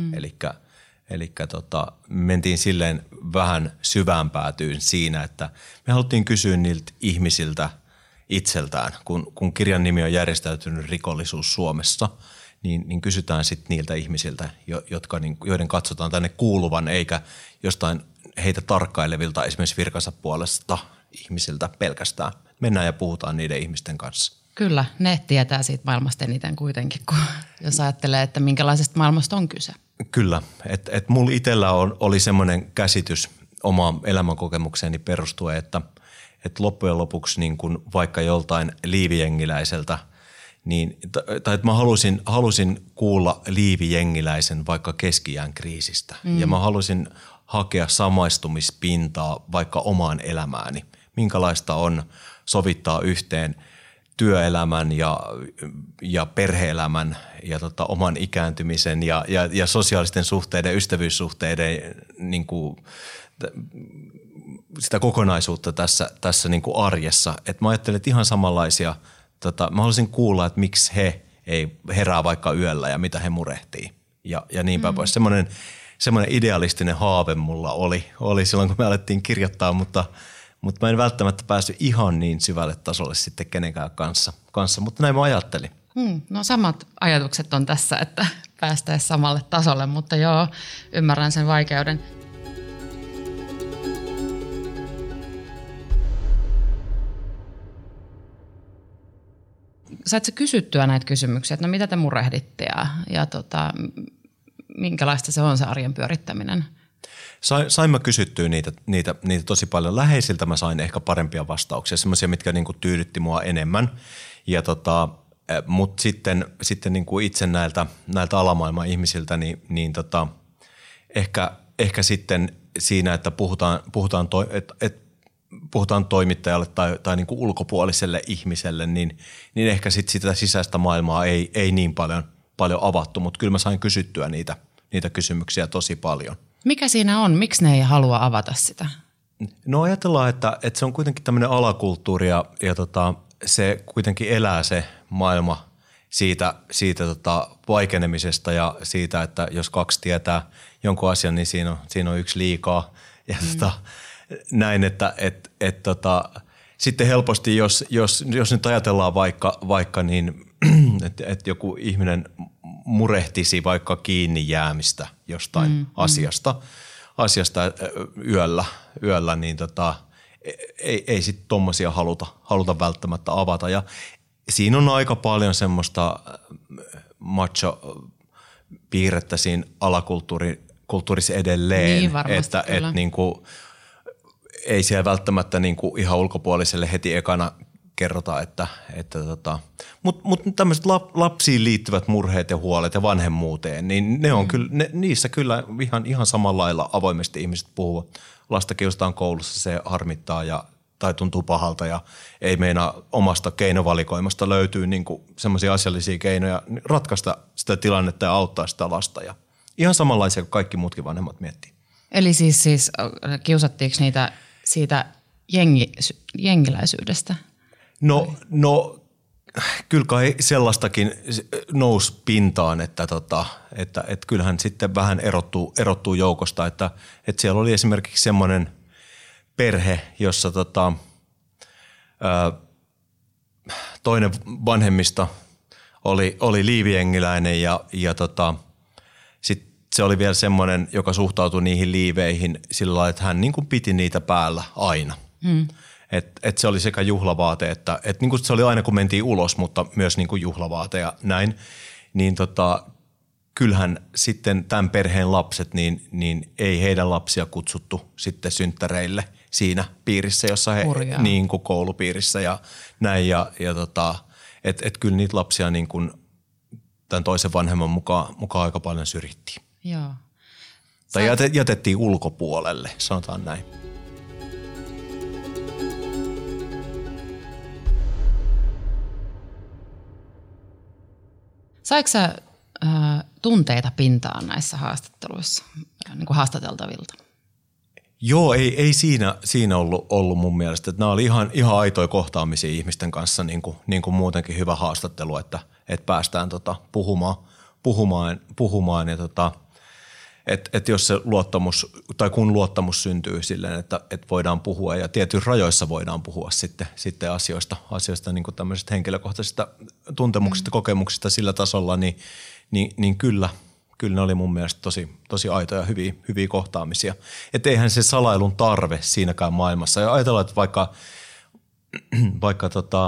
Elikkä mentiin silleen vähän syvään päätyyn siinä, että me haluttiin kysyä niiltä ihmisiltä itseltään, kun kirjan nimi on Järjestäytynyt rikollisuus Suomessa, niin kysytään sitten niiltä ihmisiltä, joiden katsotaan tänne kuuluvan, eikä jostain heitä tarkkailevilta esimerkiksi virkansa puolesta ihmisiltä pelkästään. Mennään ja puhutaan niiden ihmisten kanssa. Kyllä, ne tietää siitä maailmasta eniten kuitenkin, jos ajattelee, että minkälaisesta maailmasta on kyse. Kyllä, että mulla itsellä oli semmoinen käsitys omaan elämänkokemukseeni perustuen, että loppujen lopuksi niin kun vaikka joltain liivijengiläiseltä, tai että mä halusin kuulla liivijengiläisen vaikka keski-iän kriisistä. Ja mä halusin hakea samaistumispintaa vaikka omaan elämääni. Minkälaista on sovittaa yhteen työelämän ja perhe-elämän ja oman ikääntymisen ja sosiaalisten suhteiden, ystävyyssuhteiden niin kuin, sitä kokonaisuutta tässä niin kuin arjessa. Et mä ajattelin, että ihan samanlaisia, mä haluaisin kuulla, että miksi he ei herää vaikka yöllä ja mitä he murehtii ja niin päin pois. Semmoinen idealistinen haave mulla oli silloin, kun me alettiin kirjoittaa, mutta mä en välttämättä päässyt ihan niin syvälle tasolle sitten kenenkään kanssa, mutta näin mä ajattelin. No samat ajatukset on tässä, että päästäisiin samalle tasolle, mutta joo, ymmärrän sen vaikeuden. Sait sä kysyttyä näitä kysymyksiä, että no mitä te murehditte ja minkälaista se on se arjen pyörittäminen? Sain mä kysyttyä niitä tosi paljon. Läheisiltä mä sain ehkä parempia vastauksia, semmoisia, mitkä niinku tyydytti mua enemmän. Mutta sitten niinku itse näiltä alamaailman ihmisiltä, ehkä sitten siinä, että puhutaan toimittajalle tai niinku ulkopuoliselle ihmiselle, niin ehkä sitten sitä sisäistä maailmaa ei niin paljon avattu, mutta kyllä mä sain kysyttyä niitä kysymyksiä tosi paljon. Mikä siinä on? Miksi ne ei halua avata sitä? No ajatellaan, että se on kuitenkin tämmöinen alakulttuuri ja se kuitenkin elää se maailma siitä vaikenemisesta ja siitä, että jos kaksi tietää jonkun asian, niin siinä on yksi liikaa. Ja näin, että sitten helposti, jos nyt ajatellaan vaikka niin, että joku ihminen murehtisi vaikka kiinni jäämistä jostain asiasta yöllä niin ei sitten tommosia haluta välttämättä avata. Ja siinä on aika paljon semmoista macho-piirrettä siinä alakulttuurissa edelleen, niin, varmasti, että niinku, ei siellä välttämättä niin kuin ihan ulkopuoliselle heti ekana kerrota, mutta tämmöiset lapsiin liittyvät murheet ja huolet ja vanhemmuuteen, niin ne on kyllä, niissä kyllä ihan samalla lailla avoimesti ihmiset puhuvat. Lasta kiusataan koulussa, se harmittaa tai tuntuu pahalta ja ei meinaa omasta keinovalikoimasta löytyy niin kuin semmoisia asiallisia keinoja ratkaista sitä tilannetta ja auttaa sitä lasta. Ja ihan samanlaisia kuin kaikki muutkin vanhemmat miettii. Eli siis kiusattiinko niitä siitä jengiläisyydestä? No kyllä kai sellaistakin nousi pintaan, että kyllähän sitten vähän erottuu joukosta, että siellä oli esimerkiksi semmoinen perhe, jossa toinen vanhemmista oli liivijengiläinen ja sitten se oli vielä semmoinen, joka suhtautui niihin liiveihin sillä lailla, että hän niin kuin piti niitä päällä aina. Et se oli sekä juhlavaate, että niin kuin se oli aina kun mentiin ulos, mutta myös niin kuin juhlavaate ja näin. Niin kyllähän sitten tämän perheen lapset, niin ei heidän lapsia kutsuttu sitten synttäreille siinä piirissä, jossa he niin kuin koulupiirissä ja näin. Et kyllä niitä lapsia niin kuin tämän toisen vanhemman mukaan aika paljon syrjittiin. Joo. Tai jätettiin ulkopuolelle, sanotaan näin. Saiko sä tunteita pintaan näissä haastatteluissa, niin kuin haastateltavilta? Joo, ei siinä ollut mun mielestä. Että nämä oli ihan aitoja kohtaamisia ihmisten kanssa, niin kuin muutenkin hyvä haastattelu, että päästään puhumaan ja että jos se luottamus, tai kun luottamus syntyy silleen, että voidaan puhua ja tietyissä rajoissa voidaan puhua sitten asioista niin kuin tämmöisistä henkilökohtaisista tuntemuksista, kokemuksista sillä tasolla, niin kyllä ne oli mun mielestä tosi aitoja hyviä kohtaamisia. Että eihän se salailun tarve siinäkään maailmassa. Ja ajatellaan, että vaikka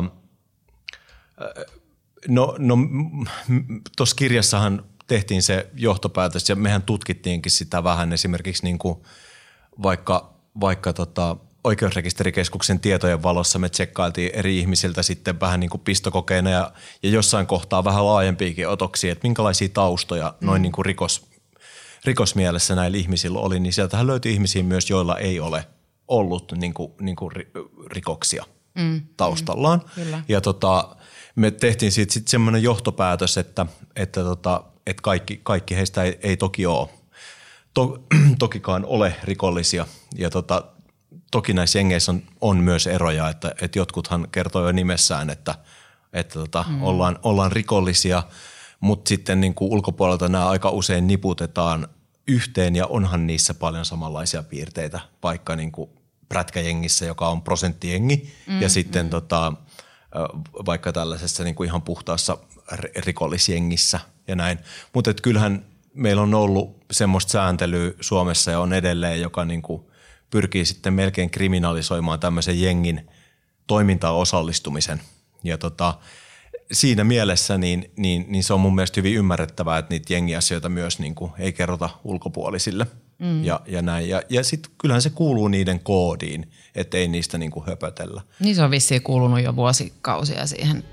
tuossa kirjassahan tehtiin se johtopäätös ja mehän tutkittiinkin sitä vähän esimerkiksi niin kuin vaikka oikeusrekisterikeskuksen tietojen valossa me tsekkailtiin eri ihmisiltä sitten vähän niin kuin pistokokeina ja jossain kohtaa vähän laajempiakin otoksia, että minkälaisia taustoja noin niin kuin rikosmielessä näillä ihmisillä oli, niin sieltähän löytyi ihmisiä myös, joilla ei ole ollut niin kuin rikoksia taustallaan. Ja me tehtiin siitä sitten semmoinen johtopäätös, että kaikki heistä ei toki ole, tokikaan ole rikollisia ja toki näissä jengeissä on myös eroja, että jotkuthan kertoo jo nimessään, että ollaan rikollisia, mutta sitten niin kuin ulkopuolelta nämä aika usein niputetaan yhteen ja onhan niissä paljon samanlaisia piirteitä, vaikka niin kuin prätkäjengissä, joka on prosenttijengi ja sitten vaikka tällaisessa niin kuin ihan puhtaassa rikollisjengissä ja näin. Mutta kyllähän meillä on ollut semmoista sääntelyä Suomessa ja on edelleen, joka niin kuin pyrkii sitten melkein kriminalisoimaan tämmöisen jengin toimintaan osallistumisen. Ja siinä mielessä niin se on mun mielestä hyvin ymmärrettävää, että niitä jengiasioita myös niin kuin ei kerrota ulkopuolisille ja näin. Ja sitten kyllähän se kuuluu niiden koodiin, että ei niistä niin kuin höpötellä. Niin se on vissiin kuulunut jo vuosikausia siihen.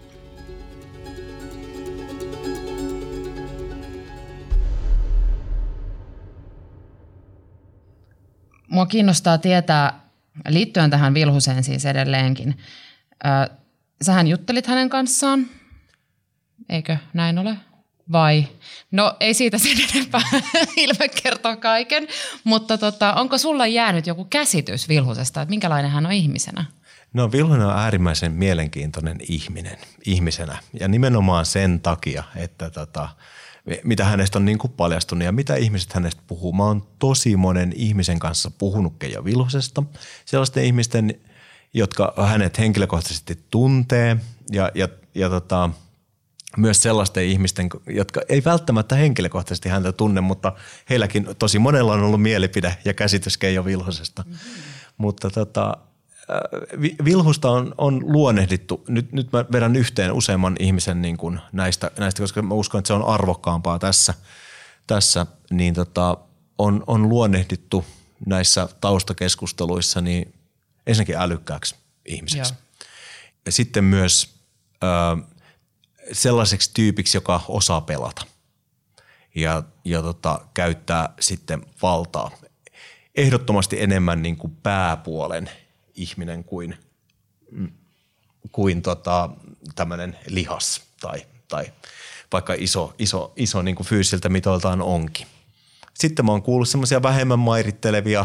Mua kiinnostaa tietää, liittyen tähän Vilhuseen siis edelleenkin, sähän juttelit hänen kanssaan, eikö näin ole? Vai? No ei siitä sen enempää, ilme kertoo kaiken, mutta onko sulla jäänyt joku käsitys Vilhusesta, että minkälainen hän on ihmisenä? No Vilhunen on äärimmäisen mielenkiintoinen ihmisenä ja nimenomaan sen takia, että mitä hänestä on niin kuin paljastunut ja mitä ihmiset hänestä puhuu. Mä oon tosi monen ihmisen kanssa puhunut Keijo Vilhusesta. Sellaisten ihmisten, jotka hänet henkilökohtaisesti tuntee ja myös sellaisten ihmisten, jotka ei välttämättä henkilökohtaisesti häntä tunne, mutta heilläkin tosi monella on ollut mielipide ja käsitys Keijo Vilhusesta. Mutta Vilhusta on luonnehdittu, nyt mä vedän yhteen useamman ihmisen niin kuin näistä, koska mä uskon, että se on arvokkaampaa tässä niin on luonnehdittu näissä taustakeskusteluissa niin ensinnäkin älykkääksi ihmiseksi. Joo. Ja sitten myös sellaiseksi tyypiksi, joka osaa pelata ja käyttää sitten valtaa. Ehdottomasti enemmän niin kuin pääpuolen ihminen kuin tämmöinen lihas tai vaikka iso niin kuin fyysiltä mitoiltaan onkin. Sitten mä oon kuullut semmoisia vähemmän mairittelevia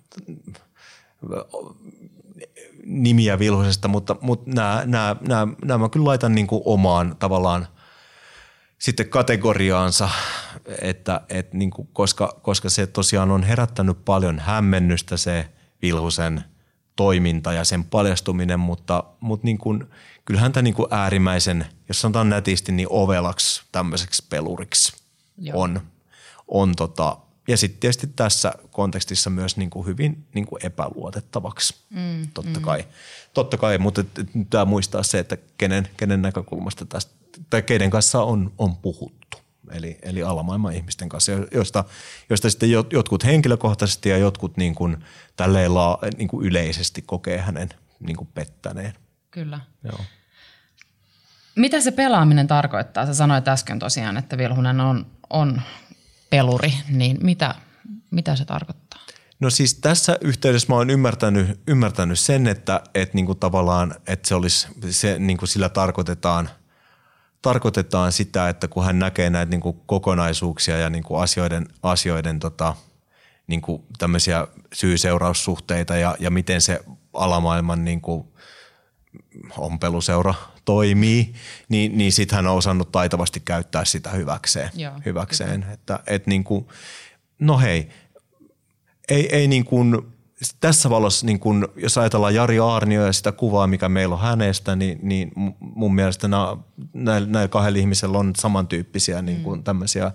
nimiä Vilhusesta, mutta nämä mä kyllä laitan niin kuin omaan tavallaan sitten kategoriaansa, että niin kuin, koska se tosiaan on herättänyt paljon hämmennystä se Vilhusen toiminta ja sen paljastuminen, mutta niin kuin, kyllä häntä niin kuin äärimmäisen, jos sanotaan nätisti, niin ovelaksi tämmöiseksi peluriksi on ja sitten tietysti tässä kontekstissa myös niin kuin hyvin niin kuin epäluotettavaksi, totta kai, mutta pitää muistaa se, että kenen näkökulmasta tästä, tai keiden kanssa on puhuttu, eli alamaailman ihmisten kanssa, joista sitten jotkut henkilökohtaisesti ja jotkut niin kuin tälleen niin kuin yleisesti kokee hänen niin kuin pettäneen. Kyllä. Joo. Mitä se pelaaminen tarkoittaa? Sä sanoit äsken tosiaan, että Vilhunen on peluri, niin mitä se tarkoittaa? No siis tässä yhteydessä mä oon ymmärtänyt sen, että niinku tavallaan, että se niinku sillä tarkoitetaan sitä, että kun hän näkee näitä niinku kokonaisuuksia ja niinku asioiden niinku tämmöisiä syy-seuraussuhteita ja miten se alamaailman niinku ompeluseura toimii, niin sit hän on osannut taitavasti käyttää sitä hyväkseen. Että niinku, no hei, ei niin kuin, tässä valossa, niin kuin, jos ajatellaan Jari Aarnio ja sitä kuvaa, mikä meillä on hänestä, niin mun mielestä näillä kahdella ihmisellä on samantyyppisiä niin kuin tämmöisiä,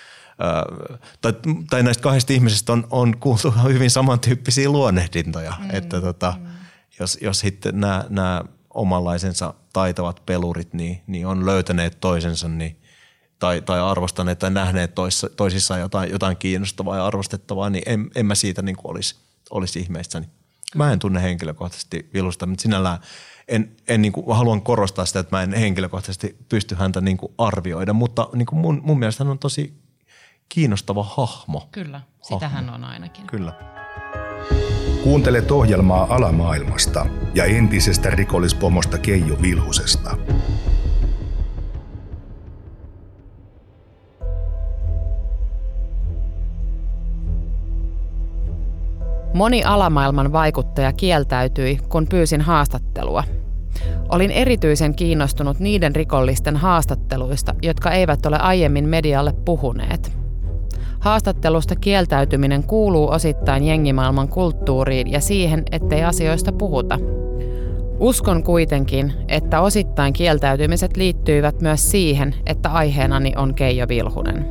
tai näistä kahdesta ihmisestä on kuultu hyvin samantyyppisiä luonnehdintoja, että jos sitten nämä omanlaisensa taitavat pelurit niin on löytäneet toisensa tai arvostaneet tai nähneet toisissaan jotain kiinnostavaa ja arvostettavaa, niin en mä siitä niin kuin olisi ihmeissäni. Mä en tunne henkilökohtaisesti Vilhusta, mutta sinällään en niin kuin, haluan korostaa sitä, että mä en henkilökohtaisesti pysty häntä niin kuin arvioida, mutta niin kuin mun mielestä hän on tosi kiinnostava hahmo. Kyllä, sitä hän on ainakin. Kyllä. Kuuntelet ohjelmaa alamaailmasta ja entisestä rikollispomosta Keijo Vilhusesta. Moni alamaailman vaikuttaja kieltäytyi, kun pyysin haastattelua. Olin erityisen kiinnostunut niiden rikollisten haastatteluista, jotka eivät ole aiemmin medialle puhuneet. Haastattelusta kieltäytyminen kuuluu osittain jengimaailman kulttuuriin ja siihen, ettei asioista puhuta. Uskon kuitenkin, että osittain kieltäytymiset liittyivät myös siihen, että aiheenani on Keijo Vilhunen.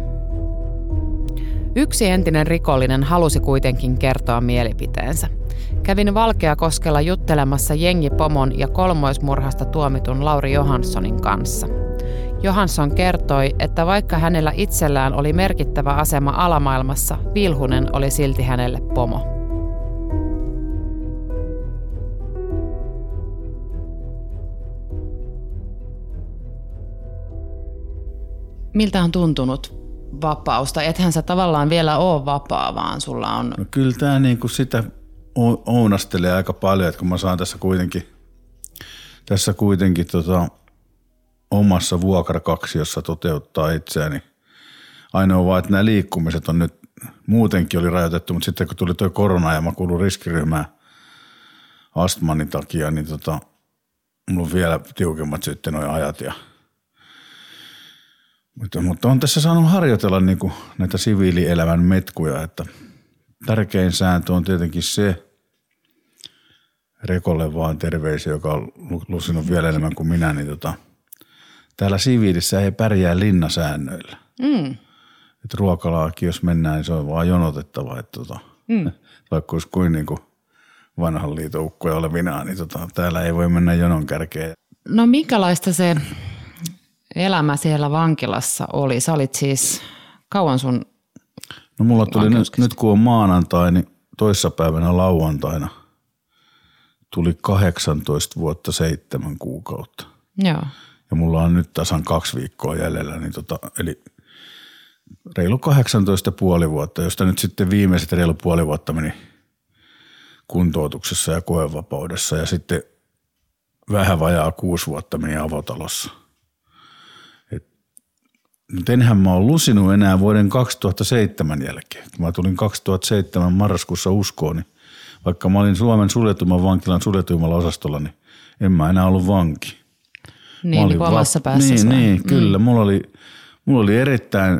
Yksi entinen rikollinen halusi kuitenkin kertoa mielipiteensä. Kävin Valkeakoskella juttelemassa jengipomon ja kolmoismurhasta tuomitun Lauri Johanssonin kanssa. Johansson kertoi, että vaikka hänellä itsellään oli merkittävä asema alamaailmassa, Vilhunen oli silti hänelle pomo. Miltä on tuntunut vapaus? Tai ethän sä tavallaan vielä ole vapaa, vaan sulla on... No kyllä tämä niinku sitä ounastelee aika paljon, että kun mä saan tässä kuitenkin omassa vuokrakaksiossa toteuttaa itseäni. Ainoa vaan, että nämä liikkumiset on nyt muutenkin oli rajoitettu, mutta sitten kun tuli tuo korona ja mä kuulun riskiryhmään astmanin takia, niin mulla on vielä tiukemmat sitten nuo ajat. Mutta on tässä saanut harjoitella niinku näitä siviilielämän metkuja, että tärkein sääntö on tietenkin se, Rekolle vaan terveisiä, joka on lusinut vielä enemmän kuin minä, niin täällä siviilissä ei pärjää linnasäännöillä. Et ruokalaakin, jos mennään, niin se on vaan jonotettava. Vaikka olisi kuin niinku vanhan liiton ukkoja olevinaan, niin täällä ei voi mennä jonon kärkeen. No minkälaista se elämä siellä vankilassa oli? Sä olit siis kauan sun No mulla tuli nyt kun on maanantai, niin toissapäivänä lauantaina tuli 18 vuotta 7 kuukautta. Joo. Ja mulla on nyt tasan 2 viikkoa jäljellä, niin eli reilu 18,5 vuotta, josta nyt sitten viimeiset reilu puoli vuotta meni kuntoutuksessa ja koevapaudessa ja sitten vähän vajaa 6 vuotta meni avotalossa. Mutta enhän mä oon lusinut enää vuoden 2007 jälkeen. Kun mä tulin 2007 marraskuussa uskoon, niin vaikka mä olin Suomen suljetumman vankilan suljetuimmalla osastolla, niin en mä enää ollut vanki. Niin kuin omassa päässä. Niin, kyllä. Mulla oli erittäin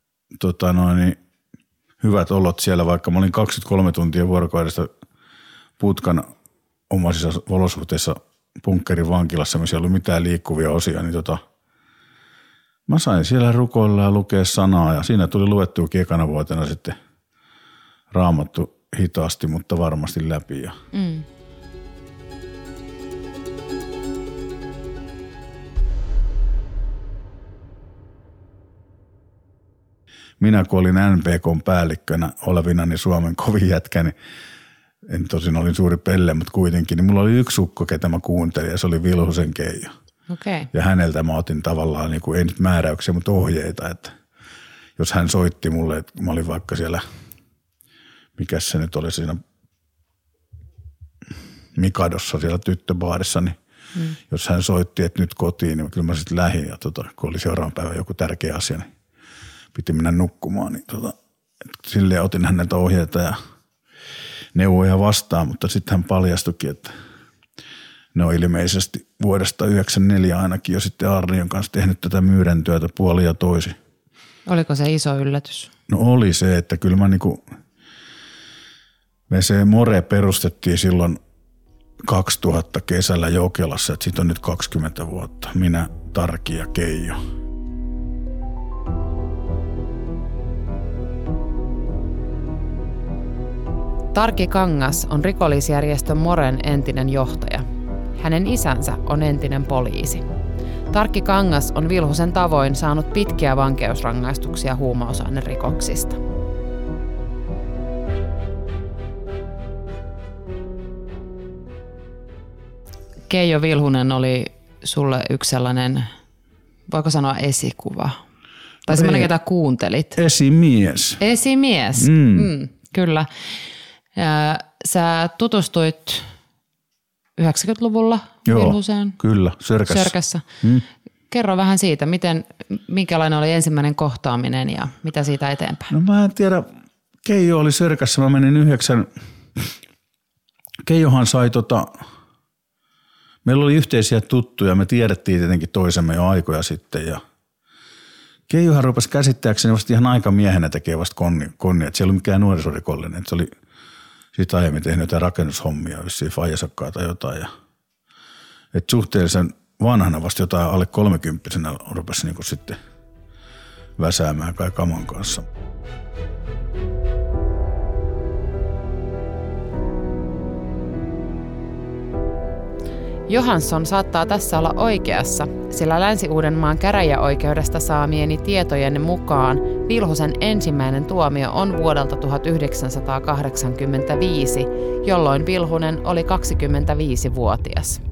hyvät olot siellä, vaikka mä olin 23 tuntia vuorokaudesta putkan omaisissa olosuhteissa bunkkerin vankilassa, missä ei ollut mitään liikkuvia osia, niin mä sain siellä rukoilla ja lukea sanaa ja siinä tuli luettuukin ekana vuotena sitten Raamattu hitaasti, mutta varmasti läpi. Minä kun olin NPK:n päällikkönä olevinani Suomen kovin jätkä, niin en tosin olin suuri pelle, mutta kuitenkin, niin mulla oli yksi ukko, ketä mä kuuntelin ja se oli Vilhusen Keijo. Okay. Ja häneltä mä otin tavallaan, niin kuin, ei nyt määräyksiä, mutta ohjeita, että jos hän soitti mulle, että mä olin vaikka siellä, mikäs se nyt oli siinä Mikadossa siellä tyttöbaarissa, niin jos hän soitti, että nyt kotiin, niin kyllä mä sitten lähdin ja kun oli seuraavan päivän joku tärkeä asia, niin piti mennä nukkumaan, niin silleen otin häneltä ohjeita ja neuvoja vastaan, mutta sitten hän paljastuikin, että ne on ilmeisesti vuodesta 1994 ainakin jo sitten Arnion kanssa tehnyt tätä myyräntyötä puoli ja toisin. Oliko se iso yllätys? No oli se, että kyllä mä me se More perustettiin silloin 2000 kesällä Jokelassa, että siitä on nyt 20 vuotta. Minä, Tarki ja Keijo. Tarki Kangas on rikollisjärjestö Moren entinen johtaja. Hänen isänsä on entinen poliisi. Tarkki Kangas on Vilhusen tavoin saanut pitkiä vankeusrangaistuksia huumausainerikoksista. Keijo Vilhunen oli sulle yksi sellainen, voiko sanoa esikuva? Tai semmoinen, ketä kuuntelit. Esimies. Esimies, kyllä. Ja sä tutustuit 90-luvulla Vilhuseen. Kyllä, Sörkässä. Kerro vähän siitä, minkälainen oli ensimmäinen kohtaaminen ja mitä siitä eteenpäin? No mä en tiedä, Keijo oli Sörkässä, mä menin 9. Keijohan sai meillä oli yhteisiä tuttuja, me tiedettiin tietenkin toisemme jo aikoja sitten ja Keijohan rupesi käsittääkseni vasta ihan aikamiehenä tekee vasta konnia, että se ei ollut mikään nuorisorikollinen, että se oli siitä aiemmin tehnyt jotain rakennushommia, vissiin faijasakkaa tai jotain. Että suhteellisen vanhana vasta jotain alle 30-vuotiaana rupesi niin sitten väsäämään kai kaman kanssa. Johansson saattaa tässä olla oikeassa, sillä Länsi-Uudenmaan käräjäoikeudesta saamieni tietojen mukaan Vilhusen ensimmäinen tuomio on vuodelta 1985, jolloin Vilhunen oli 25-vuotias.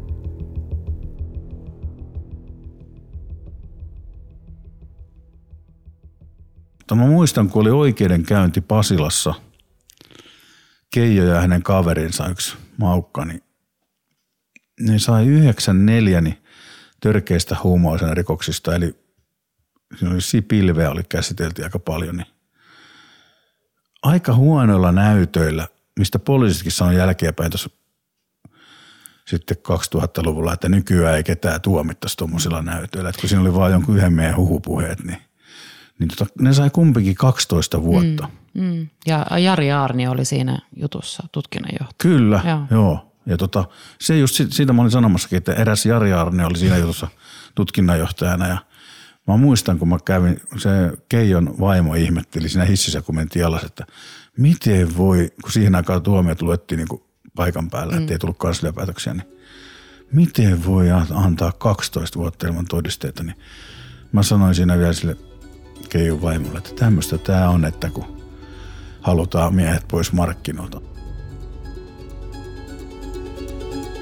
Mä muistan, kun oli oikeudenkäynti Pasilassa, Keijo ja hänen kaverinsa, yksi Maukka, niin ne sai 94 törkeistä huumausainerikoksista, eli siinä oli pilveä, oli käsitelty aika paljon, niin aika huonoilla näytöillä, mistä poliisitkin sanoi jälkeenpäin tuossa sitten 2000-luvulla, että nykyään ei ketään tuomittaisi tuommoisilla näytöillä, että kun siinä oli vaan jonkun yhden meidän huhupuheet, niin ne sai kumpikin 12 vuotta. Ja Jari Aarnio oli siinä jutussa tutkinnanjohtaja. Kyllä, joo. Ja se just siitä mä olin sanomassakin, että eräs Jari Aarnio oli siinä jutussa tutkinnanjohtajana ja mä muistan, kun mä kävin, se Keijon vaimo ihmetteli siinä hississä, kun mentiin alas, että miten voi, kun siihen aikaan tuomiot luettiin niin kuin paikan päällä, ettei tullut kansliapäätöksiä, niin miten voi antaa 12 vuotta ilman todisteita, niin mä sanoin siinä vielä sille Keijon vaimolle, että tämmöistä tää on, että kun halutaan miehet pois markkinoilta.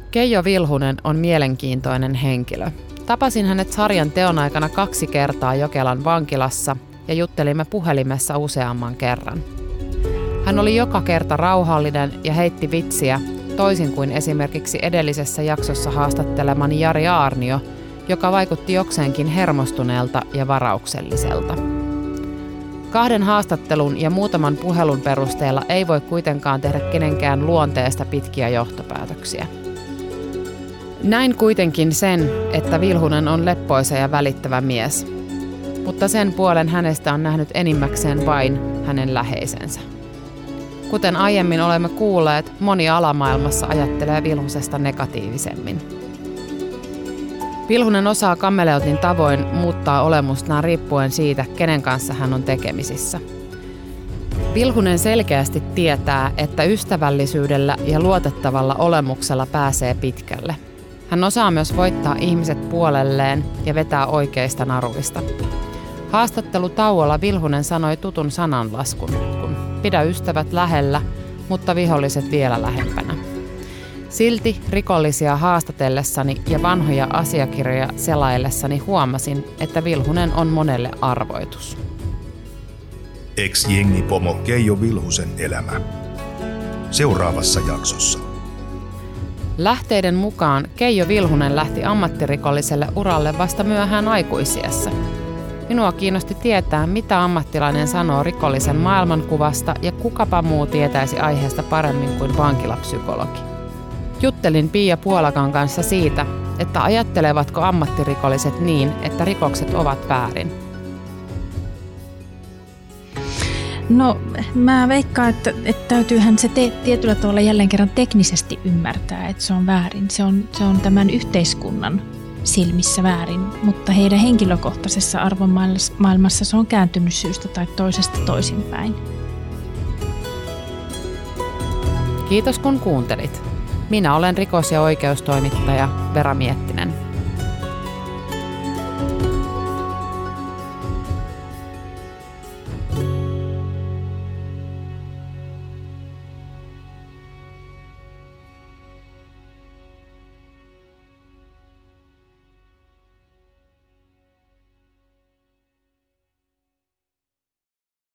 Keijo Vilhunen on mielenkiintoinen henkilö. Tapasin hänet sarjan teon aikana 2 kertaa Jokelan vankilassa ja juttelimme puhelimessa useamman kerran. Hän oli joka kerta rauhallinen ja heitti vitsiä, toisin kuin esimerkiksi edellisessä jaksossa haastattelemani Jari Aarnio, joka vaikutti jokseenkin hermostuneelta ja varaukselliselta. 2 haastattelun ja muutaman puhelun perusteella ei voi kuitenkaan tehdä kenenkään luonteesta pitkiä johtopäätöksiä. Näin kuitenkin sen, että Vilhunen on leppoisa ja välittävä mies, mutta sen puolen hänestä on nähnyt enimmäkseen vain hänen läheisensä. Kuten aiemmin olemme kuulleet, moni alamaailmassa ajattelee Vilhusesta negatiivisemmin. Vilhunen osaa kameleotin tavoin muuttaa olemustaan riippuen siitä, kenen kanssa hän on tekemisissä. Vilhunen selkeästi tietää, että ystävällisyydellä ja luotettavalla olemuksella pääsee pitkälle. Hän osaa myös voittaa ihmiset puolelleen ja vetää oikeista naruista. Haastattelutauolla Vilhunen sanoi tutun sananlaskun, kun pidä ystävät lähellä, mutta viholliset vielä lähempänä. Silti rikollisia haastatellessani ja vanhoja asiakirjoja selaillessani huomasin, että Vilhunen on monelle arvoitus. Ex-jengipomo Keijo Vilhusen elämä. Seuraavassa jaksossa. Lähteiden mukaan Keijo Vilhunen lähti ammattirikolliselle uralle vasta myöhään aikuisiässä. Minua kiinnosti tietää, mitä ammattilainen sanoo rikollisen maailmankuvasta ja kukapa muu tietäisi aiheesta paremmin kuin vankilapsykologi. Juttelin Pia Puolakan kanssa siitä, että ajattelevatko ammattirikolliset niin, että rikokset ovat väärin. No, mä veikkaan, että täytyyhän se tietyllä tavalla jälleen kerran teknisesti ymmärtää, että se on väärin. Se on tämän yhteiskunnan silmissä väärin, mutta heidän henkilökohtaisessa arvomaailmassa se on kääntynyt syystä tai toisesta toisinpäin. Kiitos kun kuuntelit. Minä olen rikos- ja oikeustoimittaja Vera Miettinen.